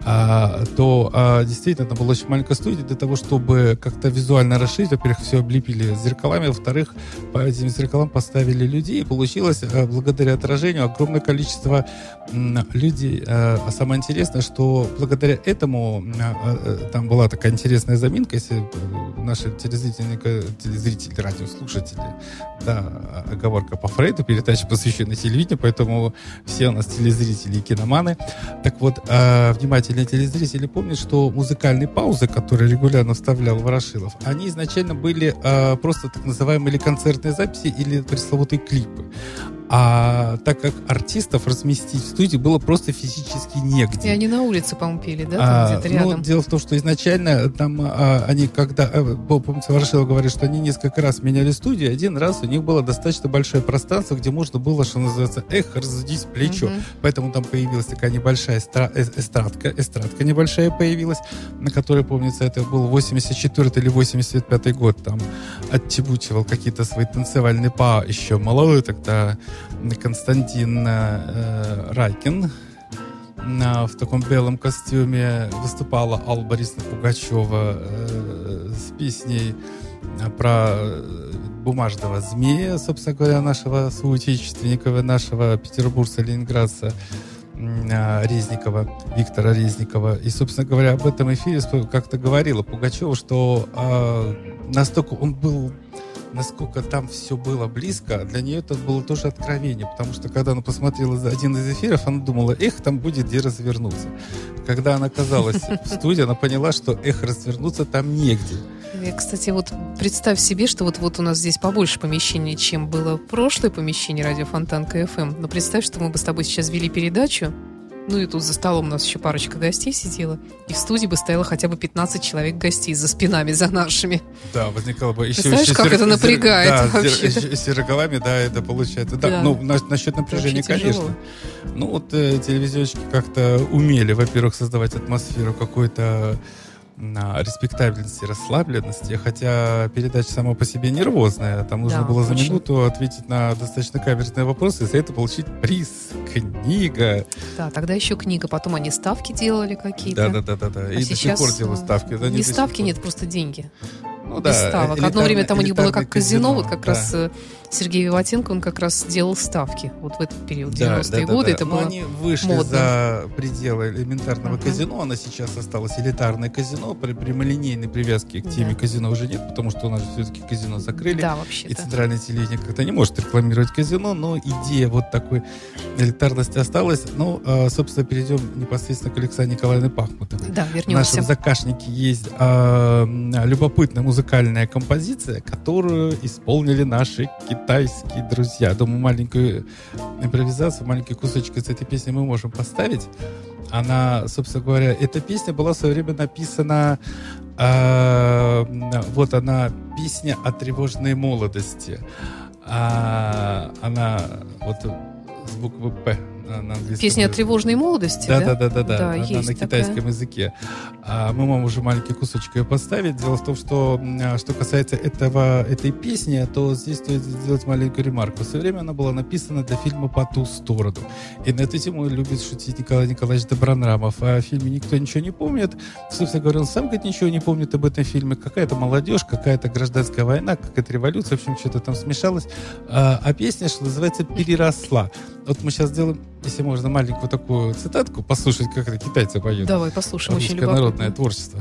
[SPEAKER 5] а, то а, действительно это была очень маленькая студия для того, чтобы как-то визуально расширить. Во-первых, все облепили зеркалами, во-вторых, по этим зеркалам поставили людей, и получилось а, благодаря отражению огромное количество м, людей. А, а самое интересное, что благодаря этому а, а, там была такая интересная заминка, если наши телезрители, телезрители, радиослушатели, да, оговорка по Фрейду, передача посвящена телевидению, поэтому все у нас телезрители и киноманы. Так вот, э, внимательные телезрители помнят, что музыкальные паузы, которые регулярно вставлял Ворошилов, они изначально были э, просто так называемые или концертные записи, или пресловутые клипы. А так как артистов разместить в студии было просто физически негде.
[SPEAKER 4] И они на улице, по-моему, пели, да? Там
[SPEAKER 5] а,
[SPEAKER 4] где-то рядом.
[SPEAKER 5] Ну, дело в том, что изначально там а, они, когда... А, помните, Ворошилов говорит, что они несколько раз меняли студию. Один раз у них было достаточно большое пространство, где можно было, что называется, эх, разудить плечо. Uh-huh. Поэтому там появилась такая небольшая эстра- эстрадка. Эстрадка небольшая появилась, на которой, помнится, это был восемьдесят четвёртый или восемьдесят пятый год. Там оттебучивал какие-то свои танцевальные па еще молодой тогда Константин э, Райкин э, в таком белом костюме. Выступала Алла Борисовна Пугачева э, с песней про бумажного змея, собственно говоря, нашего соотечественника, нашего петербуржца, ленинградца э, Резникова, Виктора Резникова. И, собственно говоря, об этом эфире как-то говорила Пугачева, что э, настолько он был... насколько там все было близко, для нее это было тоже откровение, потому что когда она посмотрела один из эфиров, она думала, эх, там будет где развернуться. Когда она оказалась в студии, она поняла, что эх, развернуться там негде.
[SPEAKER 4] И, кстати, вот представь себе, что вот, вот у нас здесь побольше помещений, чем было прошлое помещение радио Фонтанка эф эм. Но представь, что мы бы с тобой сейчас вели передачу, ну и тут за столом у нас еще парочка гостей сидела, и в студии бы стояло хотя бы пятнадцать человек гостей за спинами, за нашими.
[SPEAKER 5] Да, возникало бы еще...
[SPEAKER 4] Представляешь,
[SPEAKER 5] еще
[SPEAKER 4] как
[SPEAKER 5] зер...
[SPEAKER 4] это напрягает
[SPEAKER 5] да,
[SPEAKER 4] вообще.
[SPEAKER 5] С зеркалами, да, это получается. Да,
[SPEAKER 4] да.
[SPEAKER 5] ну, на, насчет напряжения, конечно. Ну, вот э, телевизионщики как-то умели, во-первых, создавать атмосферу какой-то на респектабельности, расслабленности, хотя передача сама по себе нервозная. Там нужно да, было за очень. минуту ответить на достаточно каверзные вопросы и за это получить приз. Книга.
[SPEAKER 4] Да, тогда еще книга. Потом они ставки делали какие-то.
[SPEAKER 5] Да, да, да, да, да.
[SPEAKER 4] А
[SPEAKER 5] и
[SPEAKER 4] сейчас
[SPEAKER 5] до сих пор делают ставки. Да,
[SPEAKER 4] не ставки, нет, просто деньги.
[SPEAKER 5] Ну,
[SPEAKER 4] без
[SPEAKER 5] да,
[SPEAKER 4] ставок. Одно время там у них было как казино,
[SPEAKER 5] казино
[SPEAKER 4] вот как
[SPEAKER 5] да.
[SPEAKER 4] раз Сергей Виватенко, он как раз делал ставки. Вот в этот период,
[SPEAKER 5] да,
[SPEAKER 4] девяностые
[SPEAKER 5] да, да,
[SPEAKER 4] годы,
[SPEAKER 5] да.
[SPEAKER 4] это
[SPEAKER 5] Но
[SPEAKER 4] было
[SPEAKER 5] они вышли
[SPEAKER 4] модно.
[SPEAKER 5] За пределы элементарного uh-huh. казино. Оно сейчас осталось элитарное казино. При прямолинейной привязке к теме да. казино уже нет, потому что у нас все-таки казино закрыли.
[SPEAKER 4] Да, вообще-то.
[SPEAKER 5] И центральное телевидение как-то не может рекламировать казино, но идея вот такой элитарности осталась. Ну, собственно, перейдем непосредственно к Александре Николаевне Пахмутовой.
[SPEAKER 4] Да, вернемся.
[SPEAKER 5] В нашем закашнике есть э, любопытная музыкальная композиция, которую исполнили наши китайские друзья. Думаю, маленькую импровизацию, маленький кусочек из этой песни мы можем поставить. Она, собственно говоря, эта песня была в свое время написана, э, вот она, песня о тревожной молодости. А, она вот с буквы «П» на английском.
[SPEAKER 4] Песня о тревожной молодости,
[SPEAKER 5] да?
[SPEAKER 4] Да,
[SPEAKER 5] да, да, да,
[SPEAKER 4] да.
[SPEAKER 5] Она
[SPEAKER 4] Есть
[SPEAKER 5] на китайском
[SPEAKER 4] такая.
[SPEAKER 5] языке. А мы можем уже маленький кусочек ее поставить. Дело в том, что что касается этого, этой песни, то здесь стоит сделать маленькую ремарку. В свое время она была написана для фильма «По ту сторону». И на эту тему любит шутить Николай Николаевич Добронравов. А о фильме никто ничего не помнит. Собственно говоря, он сам, говорит, ничего не помнит об этом фильме. Какая-то молодежь, какая-то гражданская война, какая-то революция, в общем, что-то там смешалось. А, а песня, что называется, переросла. Вот мы сейчас сделаем, если можно, маленькую такую цитатку, послушать, как это китайцы поют.
[SPEAKER 4] Давай послушаем, очень любопытно.
[SPEAKER 5] Русское народное творчество.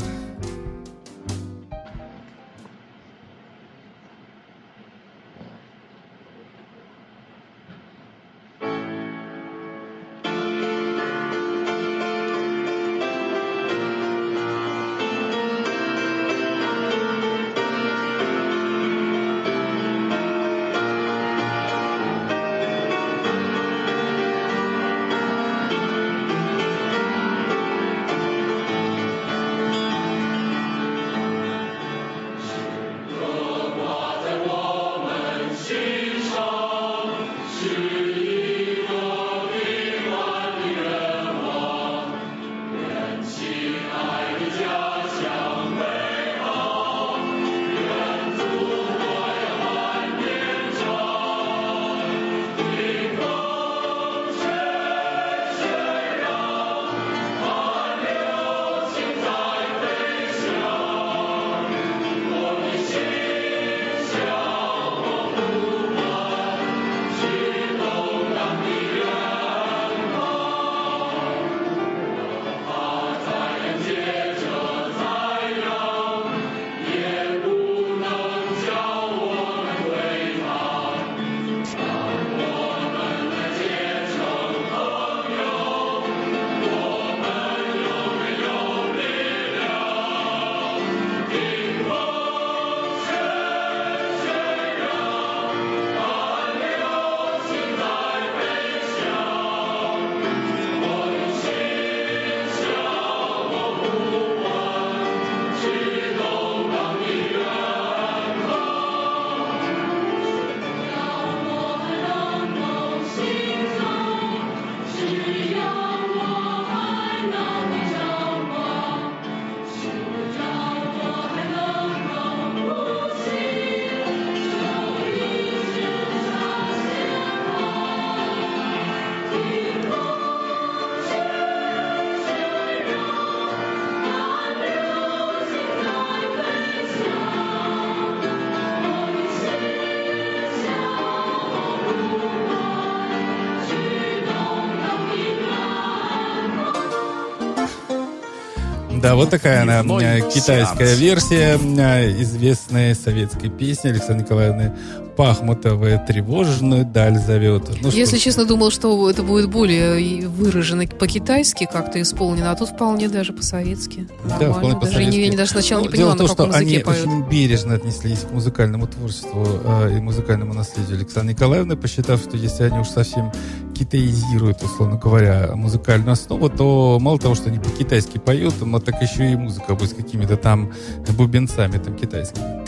[SPEAKER 5] Да, вот такая она, китайская версия известной советской песни Александры Николаевны Пахмутовой «Тревожную даль зовет». Ну,
[SPEAKER 4] Если
[SPEAKER 5] что?
[SPEAKER 4] честно, думал, что это будет более выражено по-китайски, как-то исполнено, а тут вполне даже по-советски.
[SPEAKER 5] Да, вполне
[SPEAKER 4] даже
[SPEAKER 5] по-советски.
[SPEAKER 4] Я, я даже сначала
[SPEAKER 5] ну,
[SPEAKER 4] не поняла,
[SPEAKER 5] дело в том,
[SPEAKER 4] на каком
[SPEAKER 5] что
[SPEAKER 4] языке
[SPEAKER 5] они
[SPEAKER 4] поют.
[SPEAKER 5] очень бережно отнеслись к музыкальному творчеству э, и музыкальному наследию Александры Николаевны, посчитав, что если они уж совсем китаизируют, условно говоря, музыкальную основу, то мало того, что они по-китайски поют, но так еще и музыка будет с какими-то там бубенцами там китайскими.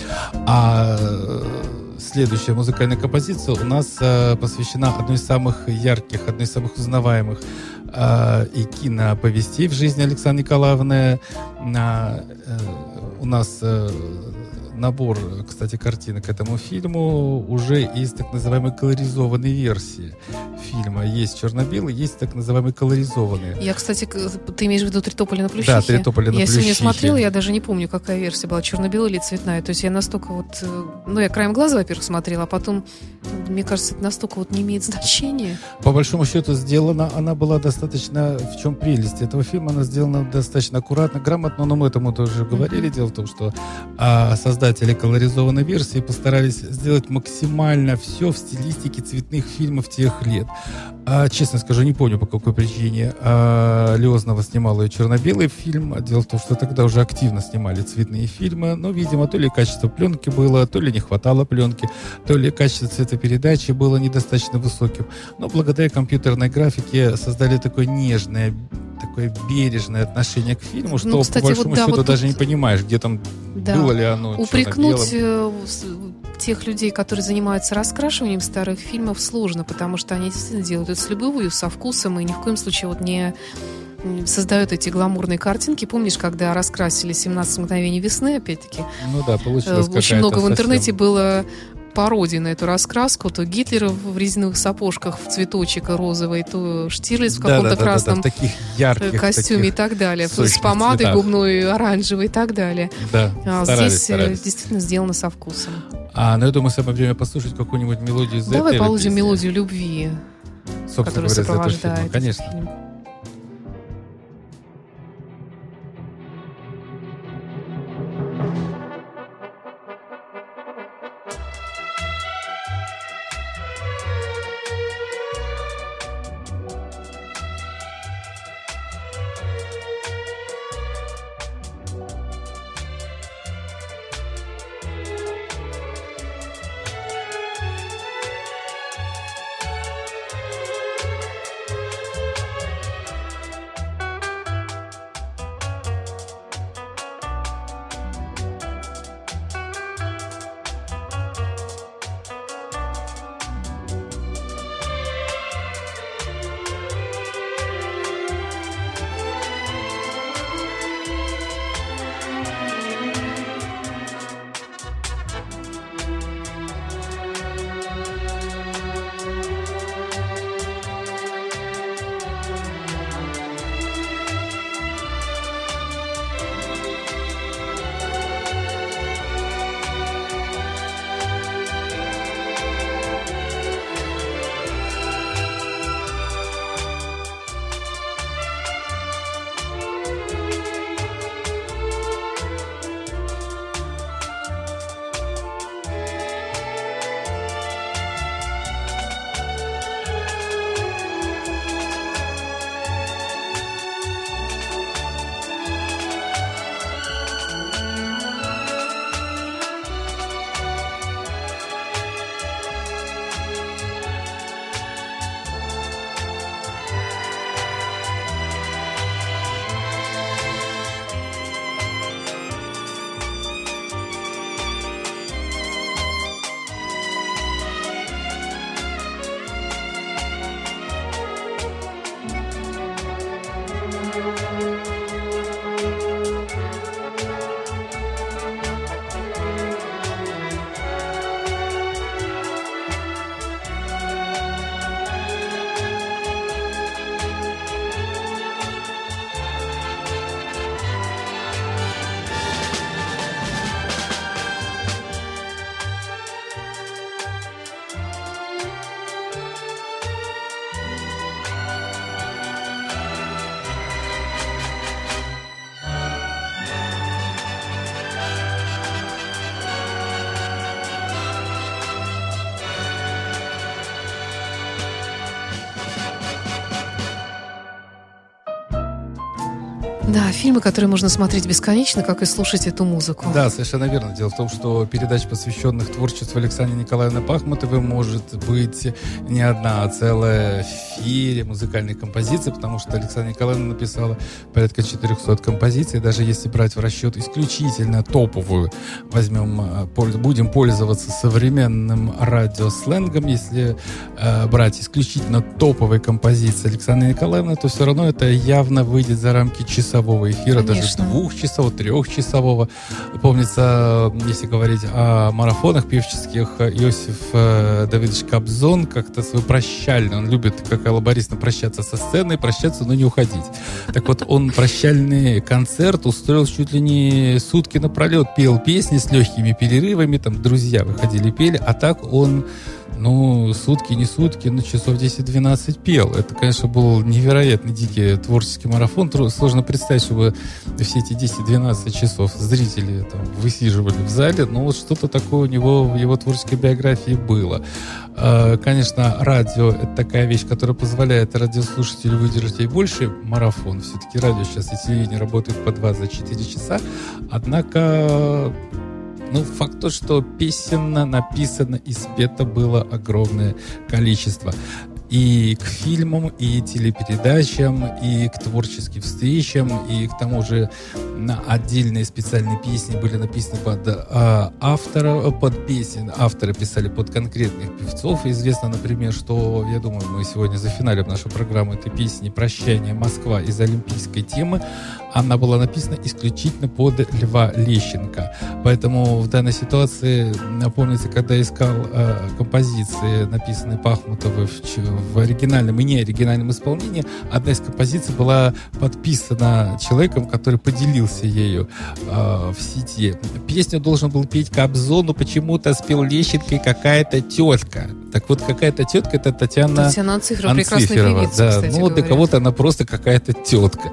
[SPEAKER 5] А следующая музыкальная композиция у нас э, посвящена одной из самых ярких, одной из самых узнаваемых э, и киноповестей в жизни Александры Николаевны. Э, э, у нас э, набор, кстати, картинок к этому фильму уже из так называемой колоризованной версии фильма. Есть черно-белый, есть так называемые колоризованные.
[SPEAKER 4] Я, кстати, ты имеешь в виду «Три тополя на плющихе»?
[SPEAKER 5] Да, «Три тополя на
[SPEAKER 4] я
[SPEAKER 5] плющихе».
[SPEAKER 4] Я сегодня смотрела, я даже не помню, какая версия была, черно-белая или цветная. То есть я настолько вот... Ну, я краем глаза, во-первых, смотрела, а потом, мне кажется, это настолько вот не имеет значения.
[SPEAKER 5] По большому счету, сделана она была достаточно... В чем прелесть этого фильма? Она сделана достаточно аккуратно, грамотно, но мы этому тоже говорили. Дело в том, что а, создатели колоризованной версии постарались сделать максимально все в стилистике цветных фильмов тех лет. А, честно скажу, не помню, по какой причине а, Лезнова снимала ее черно-белый фильм. Дело в том, что тогда уже активно снимали цветные фильмы, но, видимо, то ли качество пленки было, то ли не хватало пленки, то ли качество цветопередачи было недостаточно высоким. Но благодаря компьютерной графике создали такое нежное, такое бережное отношение к фильму, что, ну, кстати, по большому вот, да, счету, вот даже тут... не понимаешь, где там, да, было ли оно
[SPEAKER 4] упрекнуть
[SPEAKER 5] черно-белым.
[SPEAKER 4] тех людей, которые занимаются раскрашиванием старых фильмов, сложно, потому что они действительно делают это с любовью, со вкусом и ни в коем случае вот не создают эти гламурные картинки. Помнишь, когда раскрасили «семнадцать мгновений весны», опять-таки?
[SPEAKER 5] Ну да, получилось
[SPEAKER 4] очень много в
[SPEAKER 5] совсем...
[SPEAKER 4] интернете было пародий на эту раскраску. То Гитлер в резиновых сапожках в цветочек розовый, то Штирлиц в каком-то да, да, красном да, да, в таких ярких, костюме таких и так далее. С помадой цветах. Губной оранжевой и так далее.
[SPEAKER 5] Да,
[SPEAKER 4] а
[SPEAKER 5] старались,
[SPEAKER 4] здесь
[SPEAKER 5] старались.
[SPEAKER 4] Действительно сделано со вкусом.
[SPEAKER 5] А, ну я думаю, самое время послушать какую-нибудь мелодию из Давай
[SPEAKER 4] этой Давай положим мелодию любви,
[SPEAKER 5] собственно
[SPEAKER 4] которая
[SPEAKER 5] говоря,
[SPEAKER 4] сопровождает
[SPEAKER 5] Конечно.
[SPEAKER 4] Фильм. Да, фильмы, которые можно смотреть бесконечно, как и слушать эту музыку.
[SPEAKER 5] Да, совершенно верно. Дело в том, что передач, посвященных творчеству Александры Николаевны Пахмутовой, может быть не одна, а целая феерия музыкальной композиции, потому что Александра Николаевна написала порядка четырехсот композиций. Даже если брать в расчет исключительно топовую, возьмем, будем пользоваться современным радиосленгом, если э, брать исключительно топовые композиции Александры Николаевны, то все равно это явно выйдет за рамки часового эфира,
[SPEAKER 4] Конечно.
[SPEAKER 5] даже двухчасового, трехчасового. Помнится, если говорить о марафонах певческих, Иосиф э, Давидович Кобзон как-то свой прощальный, он любит, как Алла Борисовна, прощаться со сцены, прощаться, но не уходить. Так вот, он прощальный концерт устроил чуть ли не сутки напролет, пел песни с легкими перерывами, там друзья выходили, пели, а так он ну, сутки, не сутки, но часов десять-двенадцать пел. Это, конечно, был невероятно дикий творческий марафон. Сложно представить, чтобы все эти десять-двенадцать часов зрители там высиживали в зале, но вот что-то такое у него в его творческой биографии было. Конечно, радио — это такая вещь, которая позволяет радиослушателю выдержать и больше марафон. Все-таки радио сейчас и телевидение работают по двадцать четыре часа. Однако... Ну, факт то, что песен написано и спето было огромное количество. и к фильмам, и телепередачам, и к творческим встречам, и к тому же на отдельные специальные песни были написаны под а, автора, под песен. Авторы писали под конкретных певцов. Известно, например, что, я думаю, мы сегодня зафиналим нашу программу этой песни «Прощание, Москва» из олимпийской темы. Она была написана исключительно под Льва Лещенко. Поэтому в данной ситуации, помните, когда искал э, композиции, написанные Пахмутовой в, в оригинальном и неоригинальном исполнении, одна из композиций была подписана человеком, который поделился ею э, в сети. Песню должен был петь Кобзон, но почему-то спел Лещенко и какая-то тетка. Так вот, какая-то тетка — это Татьяна,
[SPEAKER 4] Татьяна Анциферова, прекрасная певица,
[SPEAKER 5] да.
[SPEAKER 4] кстати
[SPEAKER 5] Ну,
[SPEAKER 4] говоря.
[SPEAKER 5] для кого-то она просто какая-то тетка.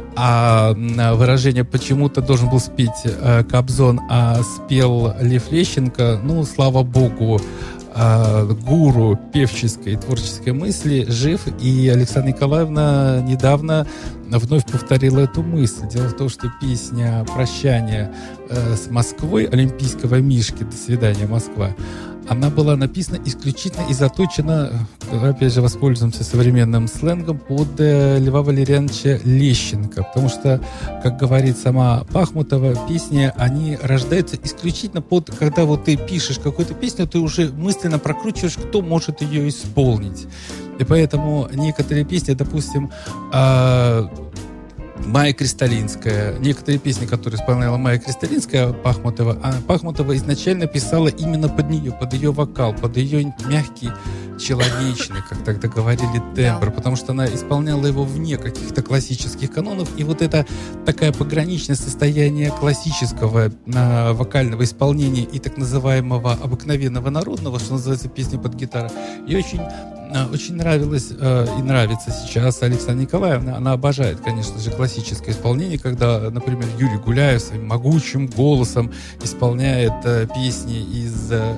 [SPEAKER 5] А выражение «почему-то должен был спеть э, Кобзон, а спел Лев Лещенко», ну, слава богу, э, гуру певческой и творческой мысли жив, и Александра Николаевна недавно вновь повторила эту мысль. Дело в том, что песня «Прощание э, с Москвой» олимпийского Мишки «До свидания, Москва», она была написана исключительно и заточена, опять же, воспользуемся современным сленгом, под э, Льва Валерьяновича Лещенко. Потому что, как говорит сама Пахмутова, песни, они рождаются исключительно под... Когда вот ты пишешь какую-то песню, ты уже мысленно прокручиваешь, кто может ее исполнить. И поэтому некоторые песни, допустим, э, Майя Кристалинская, некоторые песни, которые исполняла Майя Кристалинская, Пахмутова, а Пахмутова изначально писала именно под нее, под ее вокал, под ее мягкий, человечный, как тогда говорили, тембр, потому что она исполняла его вне каких-то классических канонов, и вот это такая пограничное состояние классического а, вокального исполнения и так называемого обыкновенного народного, что называется, песни под гитару, ей очень очень нравилось э, и нравится сейчас Александра Николаевна. Она обожает, конечно же, классическое исполнение, когда, например, Юрий Гуляев своим могучим голосом исполняет э, песни из э,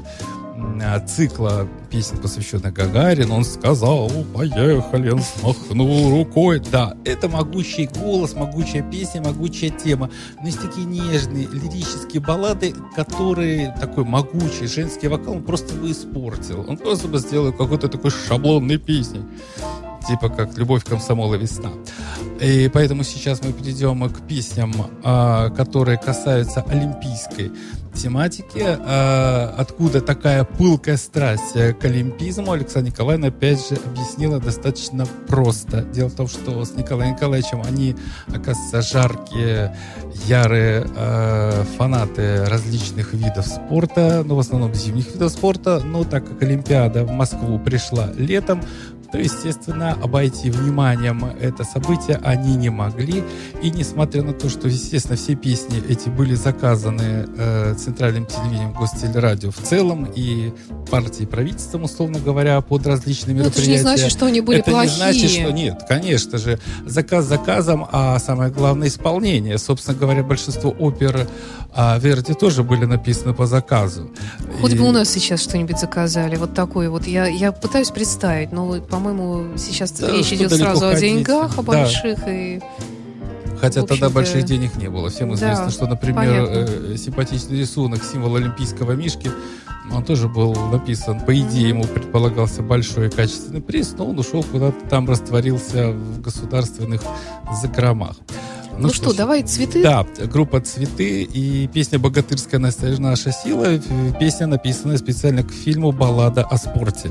[SPEAKER 5] цикла песен, посвященных Гагарину. Он сказал: «Поехали», он смахнул рукой. Да, это могучий голос, могучая песня, могучая тема. Но есть такие нежные лирические баллады, которые такой могучий женский вокал он просто бы испортил. Он просто бы сделал какой-то такой шаблонной песней, типа как «Любовь, комсомол и весна». И поэтому сейчас мы перейдем к песням, которые касаются олимпийской тематики. Откуда такая пылкая страсть к олимпизму, Александра Николаевна опять же объяснила достаточно просто. Дело в том, что с Николаем Николаевичем они, оказывается, жаркие, ярые фанаты различных видов спорта, ну, в основном зимних видов спорта. Но так как Олимпиада в Москву пришла летом, то, естественно, обойти вниманием это событие они не могли. И несмотря на то, что, естественно, все песни эти были заказаны э, Центральным телевидением, Гостелерадио в целом и партией, правительством, условно говоря, под различные
[SPEAKER 4] мероприятия.
[SPEAKER 5] Это же не
[SPEAKER 4] значит, что они были
[SPEAKER 5] это
[SPEAKER 4] плохие.
[SPEAKER 5] Это не значит, что нет, конечно же. Заказ заказом, а самое главное — исполнение. Собственно говоря, большинство опер а, Верди тоже были написаны по заказу.
[SPEAKER 4] Хоть
[SPEAKER 5] и...
[SPEAKER 4] бы у нас сейчас что-нибудь заказали, вот такое вот. Я, я пытаюсь представить, но, по-моему, сейчас да, речь идет сразу о деньгах, о больших да. и...
[SPEAKER 5] Хотя тогда больших денег не было. Всем известно,
[SPEAKER 4] да,
[SPEAKER 5] что, например, э, симпатичный рисунок, символ олимпийского мишки, он тоже был написан. По идее, ему предполагался большой и качественный приз, но он ушел куда-то там, растворился в государственных закромах.
[SPEAKER 4] Ну, ну что, что, давай «Цветы».
[SPEAKER 5] Да, группа «Цветы» и песня «Богатырская наша сила». Песня, написанная специально к фильму «Баллада о спорте».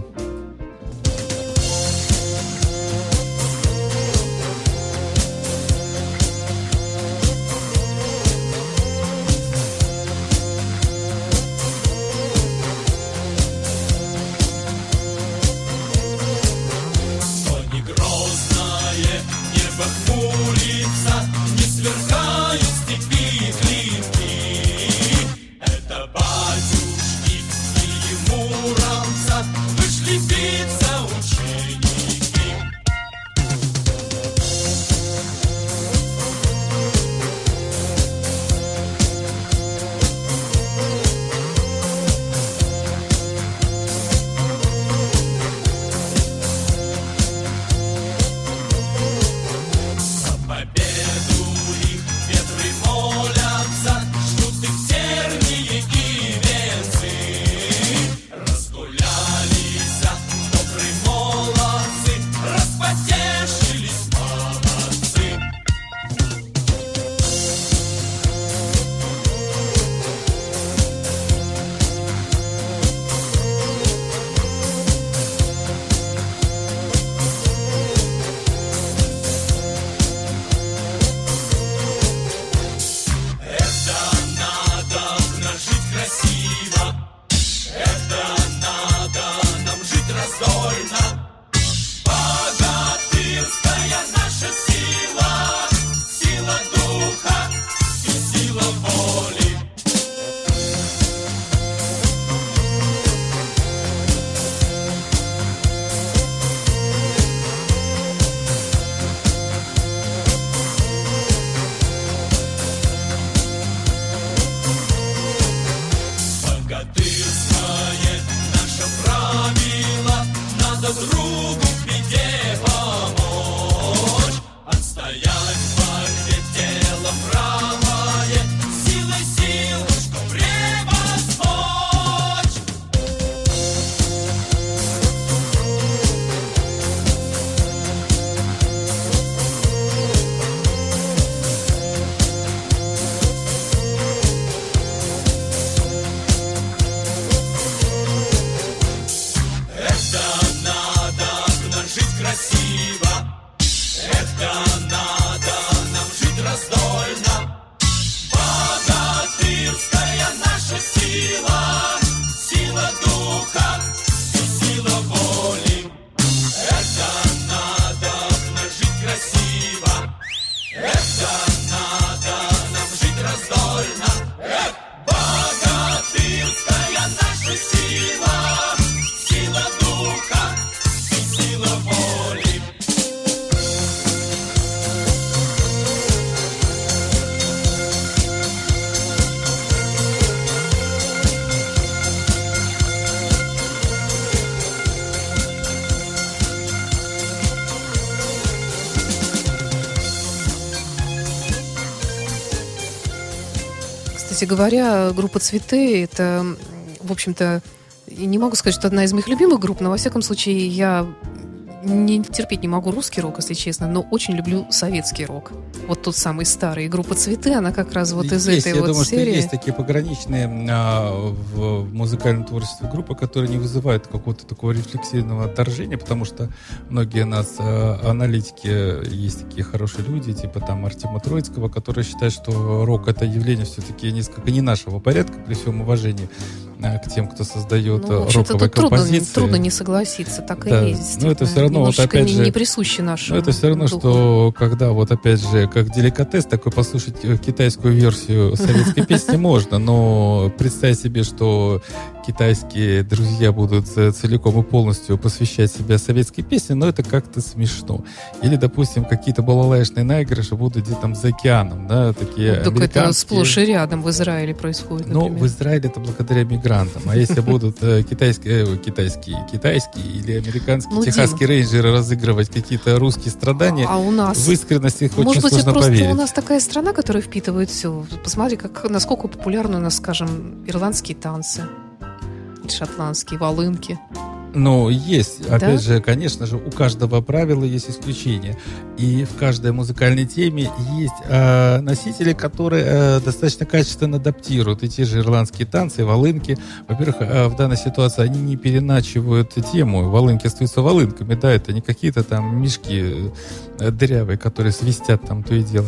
[SPEAKER 4] Кстати говоря, группа «Цветы» — это, в общем-то, не могу сказать, что одна из моих любимых групп, но, во всяком случае, я не терпеть не могу русский рок, если честно, но очень люблю советский рок. Вот тот самый старый. Группа «Цветы», она как раз вот из
[SPEAKER 5] есть,
[SPEAKER 4] этой
[SPEAKER 5] я
[SPEAKER 4] вот
[SPEAKER 5] думаю,
[SPEAKER 4] серии.
[SPEAKER 5] Что есть такие пограничные а, в музыкальном творчестве группы, которые не вызывают какого-то такого рефлексивного отторжения, потому что многие нас а, аналитики, есть такие хорошие люди, типа там Артема Троицкого, которые считают, что рок — это явление все-таки несколько не нашего порядка, при всем уважении а, к тем, кто создает
[SPEAKER 4] ну,
[SPEAKER 5] роковые
[SPEAKER 4] тут
[SPEAKER 5] композиции.
[SPEAKER 4] Трудно, трудно не согласиться, так
[SPEAKER 5] да.
[SPEAKER 4] и есть.
[SPEAKER 5] Но это все равно, вот опять
[SPEAKER 4] не,
[SPEAKER 5] же,
[SPEAKER 4] не присуще нашему.
[SPEAKER 5] Но это все равно,
[SPEAKER 4] духу.
[SPEAKER 5] Что когда вот опять же, как деликатес, такой послушать китайскую версию советской песни можно, но представь себе, что китайские друзья будут целиком и полностью посвящать себя советской песне, но это как-то смешно. Или, допустим, какие-то балалайшные наигрыши будут где-то там за океаном, да, такие
[SPEAKER 4] ну, так это сплошь и рядом в Израиле происходит,
[SPEAKER 5] Ну,
[SPEAKER 4] например.
[SPEAKER 5] в Израиле это благодаря мигрантам. А если будут китайские, китайские, китайские или американские,
[SPEAKER 4] ну,
[SPEAKER 5] техасские
[SPEAKER 4] Дима.
[SPEAKER 5] рейнджеры разыгрывать какие-то русские страдания,
[SPEAKER 4] а у нас...
[SPEAKER 5] в искренность их
[SPEAKER 4] Может
[SPEAKER 5] очень
[SPEAKER 4] быть,
[SPEAKER 5] сложно
[SPEAKER 4] это просто
[SPEAKER 5] поверить.
[SPEAKER 4] у нас такая страна, которая впитывает все. Посмотри, как, насколько популярны у нас, скажем, ирландские танцы, шотландские, волынки.
[SPEAKER 5] Ну, есть.
[SPEAKER 4] Да?
[SPEAKER 5] Опять же, конечно же, у каждого правила есть исключения. И в каждой музыкальной теме есть э, носители, которые э, достаточно качественно адаптируют и те же ирландские танцы, и волынки. Во-первых, э, в данной ситуации они не переначивают тему. Волынки остаются волынками, да, это не какие-то там мишки э, дырявые, которые свистят там то и дело.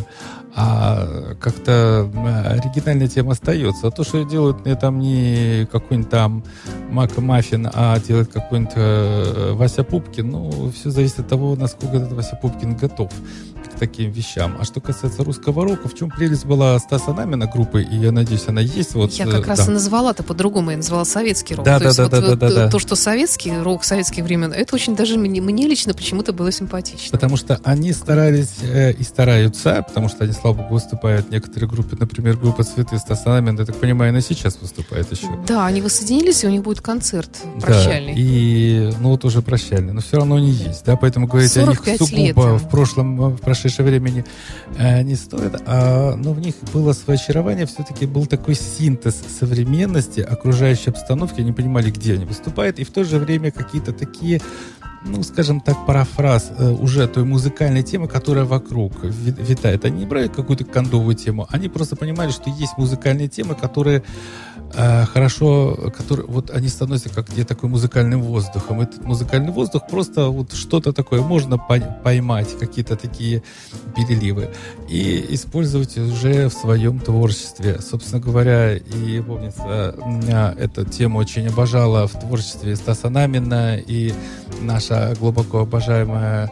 [SPEAKER 5] А как-то оригинальная тема остается. А то, что делают не, там не какой-нибудь там Мак Маффин, а делает какой-нибудь э, Вася Пупкин, ну, все зависит от того, насколько этот Вася Пупкин готов к таким вещам. А что касается русского рока, в чем прелесть была Стаса Намина группы, и я надеюсь, она есть. Вот,
[SPEAKER 4] я как
[SPEAKER 5] э,
[SPEAKER 4] раз
[SPEAKER 5] да.
[SPEAKER 4] и назвала-то по-другому, я назвала советский рок.
[SPEAKER 5] Да,
[SPEAKER 4] то
[SPEAKER 5] да,
[SPEAKER 4] есть
[SPEAKER 5] да,
[SPEAKER 4] вот,
[SPEAKER 5] да,
[SPEAKER 4] вот,
[SPEAKER 5] да, да,
[SPEAKER 4] то,
[SPEAKER 5] да.
[SPEAKER 4] что советский рок советских времен, это очень даже мне, мне лично почему-то было симпатично.
[SPEAKER 5] Потому что они старались э, и стараются, потому что они, слава богу, выступают в некоторые группы, например, группа «Цветы» Стаса Намина, я так понимаю, она сейчас выступает еще.
[SPEAKER 4] Да, они воссоединились, и у них будет концерт прощальный.
[SPEAKER 5] Да, и, ну, вот уже прощальный, но все равно они есть, да, поэтому говорить о них сугубо
[SPEAKER 4] лет.
[SPEAKER 5] в прошлом, в прошедшем времени э, не стоит, а, но в них было свое очарование, все-таки был такой синтез современности, окружающей обстановки, они понимали, где они выступают, и в то же время какие-то такие, ну, скажем так, парафраз э, уже той музыкальной темы, которая вокруг витает. Они не брали какую-то кондовую тему, они просто понимали, что есть музыкальные темы, которые э, хорошо, которые, вот они становятся как где такой музыкальным воздухом. Этот музыкальный воздух просто вот что-то такое можно поймать, какие-то такие переливы, и использовать уже в своем творчестве. Собственно говоря, и помнится, меня эту тему очень обожала в творчестве Стаса Намина и наша глубоко обожаемая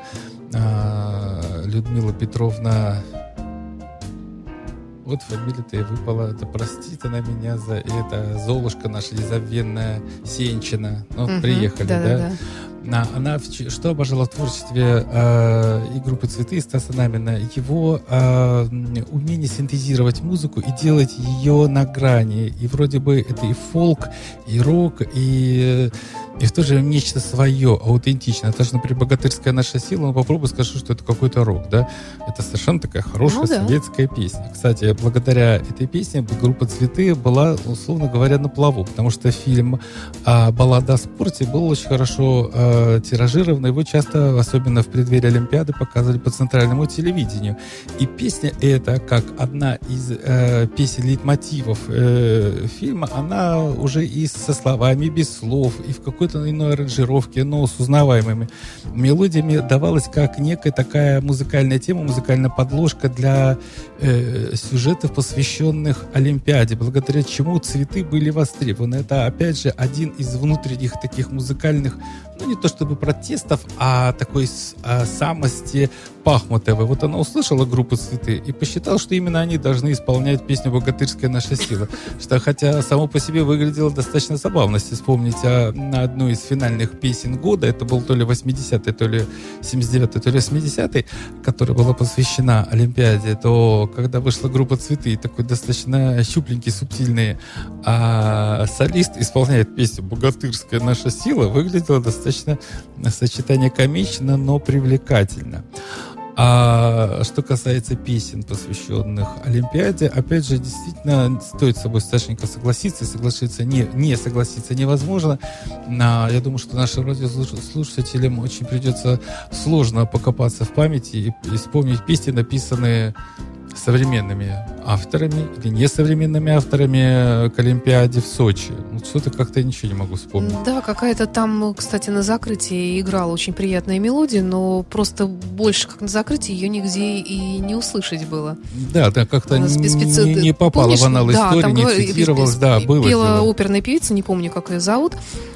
[SPEAKER 5] э, Людмила Петровна. Вот фамилия-то и выпала. Да простит она меня за это. Золушка наша незабвенная, Сенчина. Ну, угу, приехали, да? да? да. Она, она что обожала в творчестве э, и группы «Цветы» и Стаса Намина? Его э, умение синтезировать музыку и делать ее на грани. И вроде бы это и фолк, и рок, и... И в то же время нечто свое, аутентичное. Это же, например, «Богатырская наша сила». Ну, попробуй скажу, что это какой-то рок, да? Это совершенно такая хорошая ну, да. советская песня. Кстати, благодаря этой песне группа «Цветы» была, условно говоря, на плаву, потому что фильм а, «Баллада о спорте» был очень хорошо а, тиражирован. Его часто, особенно в преддверии Олимпиады, показывали по центральному телевидению. И песня эта, как одна из а, песен лейтмотивов а, фильма, она уже и со словами, без слов, и в какой какой-то иной аранжировке, но с узнаваемыми мелодиями давалась как некая такая музыкальная тема, музыкальная подложка для э, сюжетов, посвященных Олимпиаде, благодаря чему «Цветы» были востребованы. Это, опять же, один из внутренних таких музыкальных, ну, не то чтобы протестов, а такой а, самости Пахмутовой. Вот она услышала группу «Цветы» и посчитала, что именно они должны исполнять песню «Богатырская наша сила». Что, хотя само по себе выглядело достаточно забавно, если вспомнить о, на одну из финальных песен года, это был то ли восьмидесятый, то ли семьдесят девятый, то ли восьмидесятый, которая была посвящена Олимпиаде, то когда вышла группа «Цветы», такой достаточно щупленький, субтильный а солист исполняет песню «Богатырская наша сила», выглядело достаточно сочетание комично, но привлекательно. А что касается песен, посвященных Олимпиаде, опять же, действительно, стоит с собой, Сашенька, согласиться, согласиться не, не согласиться невозможно. А, я думаю, что нашим радиослушателям очень придется сложно покопаться в памяти и, и вспомнить песни, написанные современными авторами или несовременными авторами к Олимпиаде в Сочи. Ну, что-то как-то я ничего не могу вспомнить.
[SPEAKER 4] Да, какая-то там, кстати, на закрытии играла очень приятная мелодия, но просто больше как на закрытии ее нигде и не услышать было.
[SPEAKER 5] Да, да, как-то не,
[SPEAKER 4] специ...
[SPEAKER 5] не, не попала
[SPEAKER 4] Помнишь?
[SPEAKER 5] в анал
[SPEAKER 4] Да,
[SPEAKER 5] истории,
[SPEAKER 4] там
[SPEAKER 5] не
[SPEAKER 4] говор...
[SPEAKER 5] цитировалась. Да, было
[SPEAKER 4] пела
[SPEAKER 5] дело.
[SPEAKER 4] оперная певица, не помню, как ее зовут.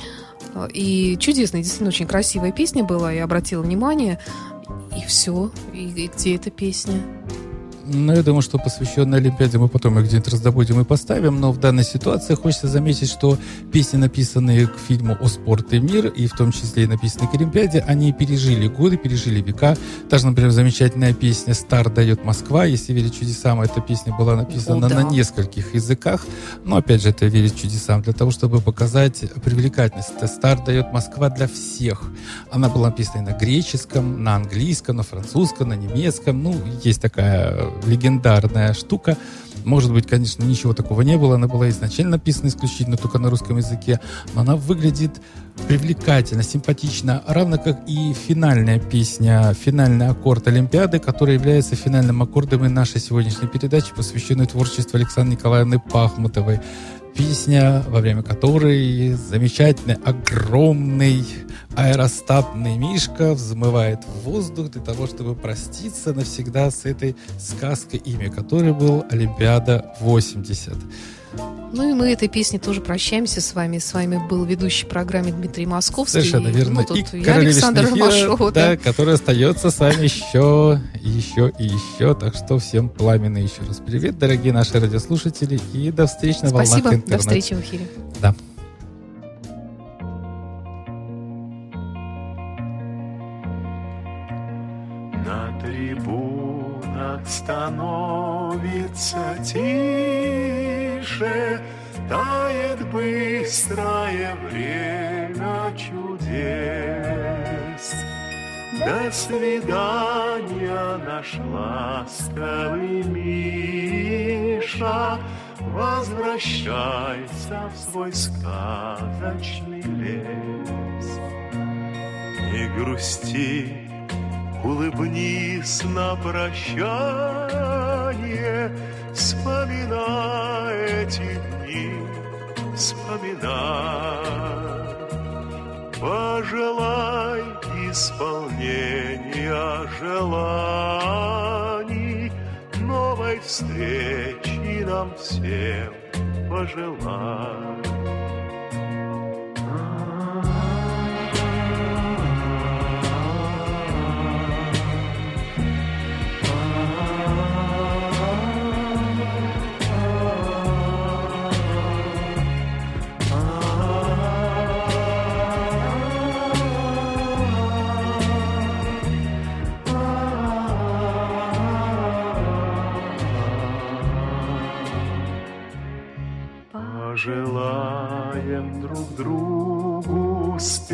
[SPEAKER 4] И чудесная, действительно очень красивая песня была, я обратила внимание. И все, и, и где эта песня?
[SPEAKER 5] Ну, я думаю, что посвященная Олимпиаде мы потом их где-нибудь раздобудем и поставим, но в данной ситуации хочется заметить, что песни, написанные к фильму «О спорт и мир», и в том числе и написанные к Олимпиаде, они пережили годы, пережили века. Даже, например, замечательная песня «Стар дает Москва», если верить чудесам, эта песня была написана О, да. на нескольких языках, но, опять же, это верить чудесам, для того, чтобы показать привлекательность. «Стар дает Москва» для всех. Она была написана и на греческом, на английском, на французском, на немецком, ну, есть такая легендарная штука. Может быть, конечно, ничего такого не было. Она была изначально написана исключительно только на русском языке, но она выглядит привлекательно, симпатично, равно как и финальная песня, финальный аккорд Олимпиады, который является финальным аккордом и нашей сегодняшней передачи, посвященной творчеству Александры Николаевны Пахмутовой. Песня, во время которой замечательный, огромный аэростатный мишка взмывает в воздух для того, чтобы проститься навсегда с этой сказкой, имя которой был Олимпиада восемьдесят.
[SPEAKER 4] Ну и мы этой песней тоже прощаемся с вами. С вами был ведущий программы Дмитрий Московский.
[SPEAKER 5] Совершенно верно.
[SPEAKER 4] Ну,
[SPEAKER 5] и
[SPEAKER 4] я Александр Ромашова,
[SPEAKER 5] да,
[SPEAKER 4] да.
[SPEAKER 5] который остается с вами еще, еще и еще. Так что всем пламенный еще раз привет, дорогие наши радиослушатели, и до встречи на волнах интернета.
[SPEAKER 4] Спасибо, до встречи в эфире.
[SPEAKER 5] Да.
[SPEAKER 11] На трибунах становится тише, тает быстрое время чудес. До свидания, наш ласковый Миша, возвращайся в свой сказочный лес. Не грусти, улыбнись на прощание, вспоминай эти дни, вспоминай. Пожелай исполнения желаний, новой встречи нам всем пожелай. Желаем друг другу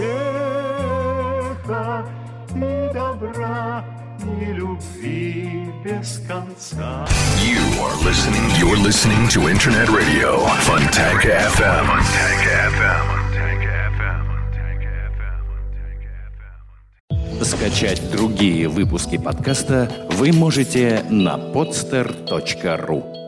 [SPEAKER 11] успеха и добра, и любви без конца.
[SPEAKER 2] You are listening, you're listening to Internet Radio, Fontanka эф эм. Fontanka эф эм.
[SPEAKER 1] Скачать другие выпуски подкаста вы можете на podster точка ру.